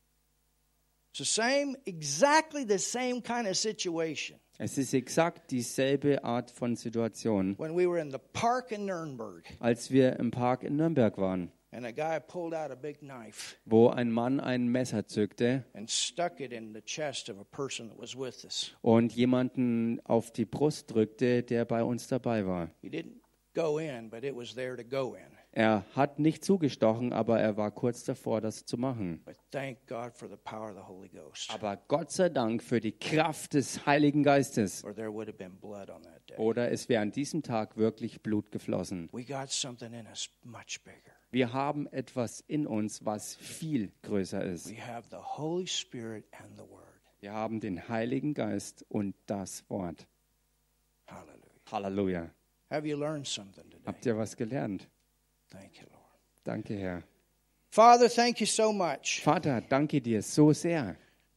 It's exactly the same kind of situation. Es ist exakt dieselbe Art von Situation, When we were in the park in Nuremberg als wir im Park in Nürnberg waren, and a guy pulled out a big knife wo ein Mann ein Messer zückte and stuck it in the chest of a person that was with us. und jemanden auf die Brust drückte, der bei uns dabei war. He didn't go in, but it was there to go in. Er hat nicht zugestochen, aber er war kurz davor, das zu machen. But thank God for the power of the Holy Ghost. Aber Gott sei Dank für die Kraft des Heiligen Geistes. Or there would have been blood on that day. Oder es wäre an diesem Tag wirklich Blut geflossen. We got something in us much bigger. Wir haben etwas in uns, was viel größer ist. We have the Holy Spirit and the Word. Wir haben den Heiligen Geist und das Wort. Hallelujah. Halleluja. Have you learned something today? Habt ihr was gelernt? Thank you, Lord. Danke, Herr. Father, thank you so much. Vater, danke dir so sehr.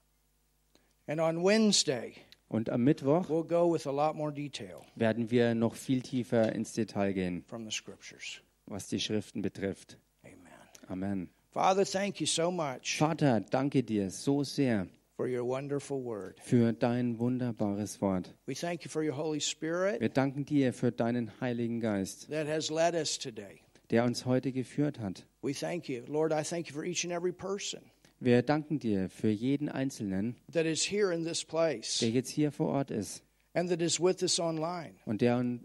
And on Wednesday, Und am Mittwoch we'll go with a lot more detail werden wir noch viel tiefer ins Detail gehen, from the Scriptures. was die Schriften betrifft. Amen. Amen. Father, thank you so much Vater, danke dir so sehr for your wonderful word. für dein wunderbares Wort. We thank you for your Holy Spirit Wir danken dir für deinen Heiligen Geist, that has led us today. der uns heute geführt hat. We thank you. Lord, I thank you for each and every person Wir danken dir für jeden Einzelnen, that is here in this place der jetzt hier vor Ort ist and that is with us online. und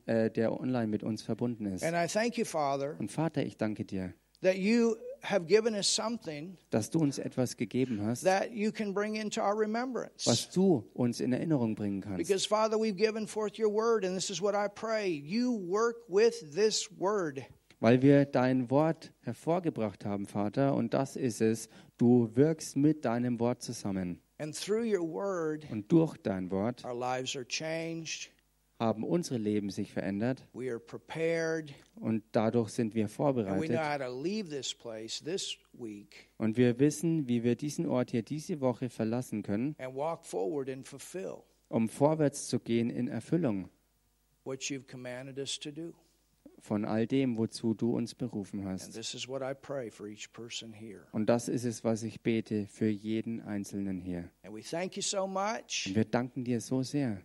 der online mit uns verbunden ist. And I thank you, Father, Und Vater, ich danke dir, that you have given us something dass du uns etwas gegeben hast, that you can bring into our remembrance. was du uns in Erinnerung bringen kannst. Because, Father, we've given forth your word, and this is what I pray. You work with this word. Weil wir dein Wort hervorgebracht haben, Vater, und das ist es, du wirkst mit deinem Wort zusammen. And through your word, Und durch dein Wort our lives are changed. haben unsere Leben sich verändert We are prepared. und dadurch sind wir And we know vorbereitet. how to leave this place this week Und wir wissen, wie wir diesen Ort hier diese Woche verlassen können, and walk forward and fulfill um vorwärts zu gehen in Erfüllung what you've commanded us to do. von all dem, wozu du uns berufen And hast. this is what I pray for each person here. Und das ist es, was ich bete für jeden Einzelnen hier. And we thank you so much Und wir danken dir so sehr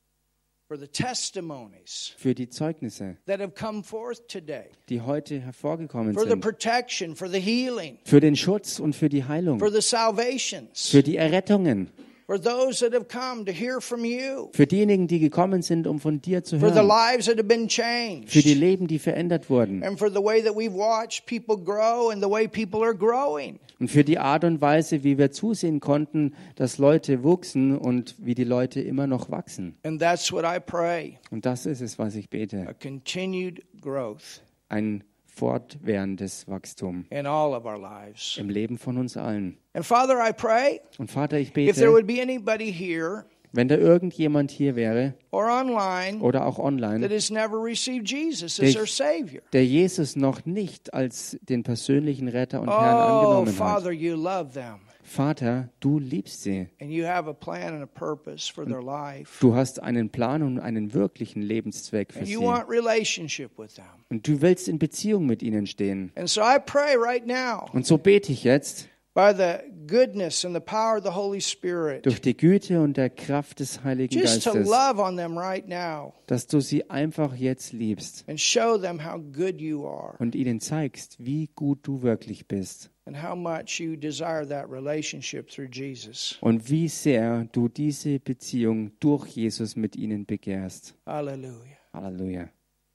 for the testimonies für die Zeugnisse, that have come forth today, die heute hervorgekommen for the sind, protection, for the healing, für den Schutz und für die Heilung, for the salvations, für die Errettungen, for those that have come to hear from you, für diejenigen, die gekommen sind, um von dir zu for the hören, lives that have been für die changed, Leben, die verändert wurden and for the way that we've watched people grow and the way people are growing. und für die Art und Weise, wie wir zusehen konnten, dass Leute wuchsen und wie die Leute immer noch wachsen. And that's what I pray, Und das ist es, was ich a bete. continued growth Ein fortwährendes Wachstum in all of our lives. im Leben von uns allen. And Father, I pray, Und Vater, ich if there bete, would be anybody here wenn da irgendjemand hier wäre or online oder auch that online, has never received Jesus as their Savior. der Jesus noch nicht als den persönlichen Retter und Herrn Oh, angenommen hat. Father, you love them. Vater, du liebst sie. And you have a plan and a purpose for their life. Du hast einen Plan und einen wirklichen Lebenszweck für And sie. you want relationship with them. Und du willst in Beziehung mit ihnen stehen. And so I pray right now, Und so bete ich jetzt, by the goodness and the power of the Holy Spirit, durch die Güte und der Kraft des Heiligen just to Geistes, love on them right now dass du sie einfach jetzt liebst and show them how good you are und ihnen zeigst, wie gut du wirklich bist and how much you desire that relationship through Jesus. und wie sehr du diese Beziehung durch Jesus mit ihnen begehrst. Hallelujah. Halleluja.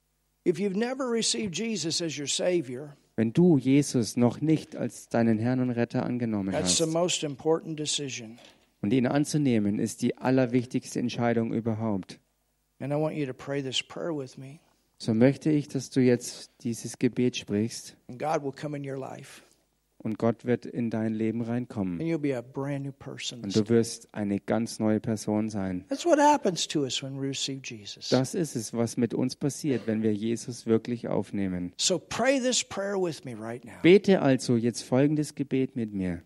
If you've never received Jesus as your Savior, Wenn du Jesus noch nicht als deinen Herrn und Retter angenommen that's hast, the most important decision. und ihn anzunehmen, ist die allerwichtigste Entscheidung überhaupt. And I want you to pray this prayer with me, So möchte ich, dass du jetzt dieses Gebet sprichst and God will come in your life, und Gott wird in dein Leben reinkommen. and you'll be a brand new person. Und du wirst eine ganz neue Person sein. That's what happens to us when we receive Jesus. Das ist es, was mit uns passiert, wenn wir Jesus wirklich aufnehmen. So pray this prayer with me right now. Bete also jetzt folgendes Gebet mit mir.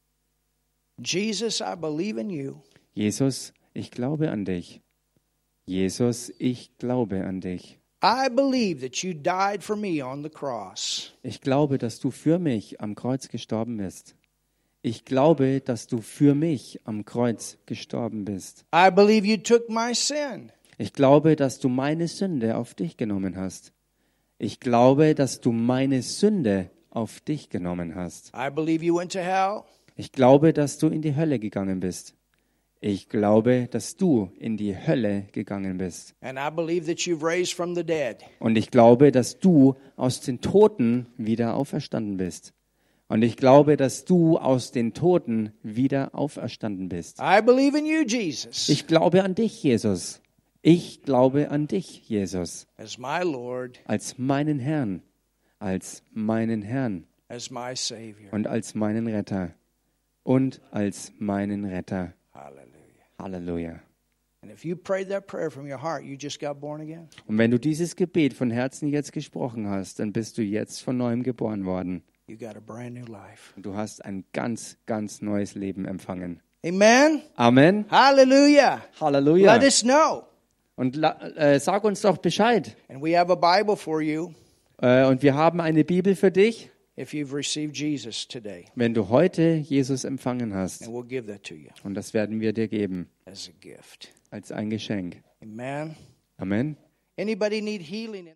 Jesus, I believe in you. Jesus, ich glaube an dich. Jesus, ich glaube an dich. I believe that you died for me on the cross. Ich glaube, dass du für mich am Kreuz gestorben bist. Ich glaube, dass du für mich am Kreuz gestorben bist. I believe you took my sin. Ich glaube, dass du meine Sünde auf dich genommen hast. Ich glaube, dass du meine Sünde auf dich genommen hast. I believe you went to hell. Ich glaube, dass du in die Hölle gegangen bist. Ich glaube, dass du in die Hölle gegangen bist. And I believe that you've raised from the dead. Und ich glaube, dass du aus den Toten wieder auferstanden bist. Und ich glaube, dass du aus den Toten wieder auferstanden bist. I believe in you, Jesus, Ich glaube an dich, Jesus. Ich glaube an dich, Jesus, as my Lord, als meinen Herrn, als meinen Herrn as my Savior. und als meinen Retter und als meinen Retter. Hallelujah. Halleluja. And if you prayed that prayer from your heart, you just got born again. Und wenn du dieses Gebet von Herzen jetzt gesprochen hast, dann bist du jetzt von neuem geboren worden. You got a brand new life. Und du hast ein ganz, ganz neues Leben empfangen. Amen. Amen. Hallelujah. Halleluja. Let us know. Und sag uns doch Bescheid. And we have a Bible for you Und wir haben eine Bibel für dich, if you've received Jesus today. wenn du heute Jesus empfangen hast. And we'll give that to you Und das werden wir dir geben, as a gift. als ein Geschenk. Amen. Amen. Anybody need healing?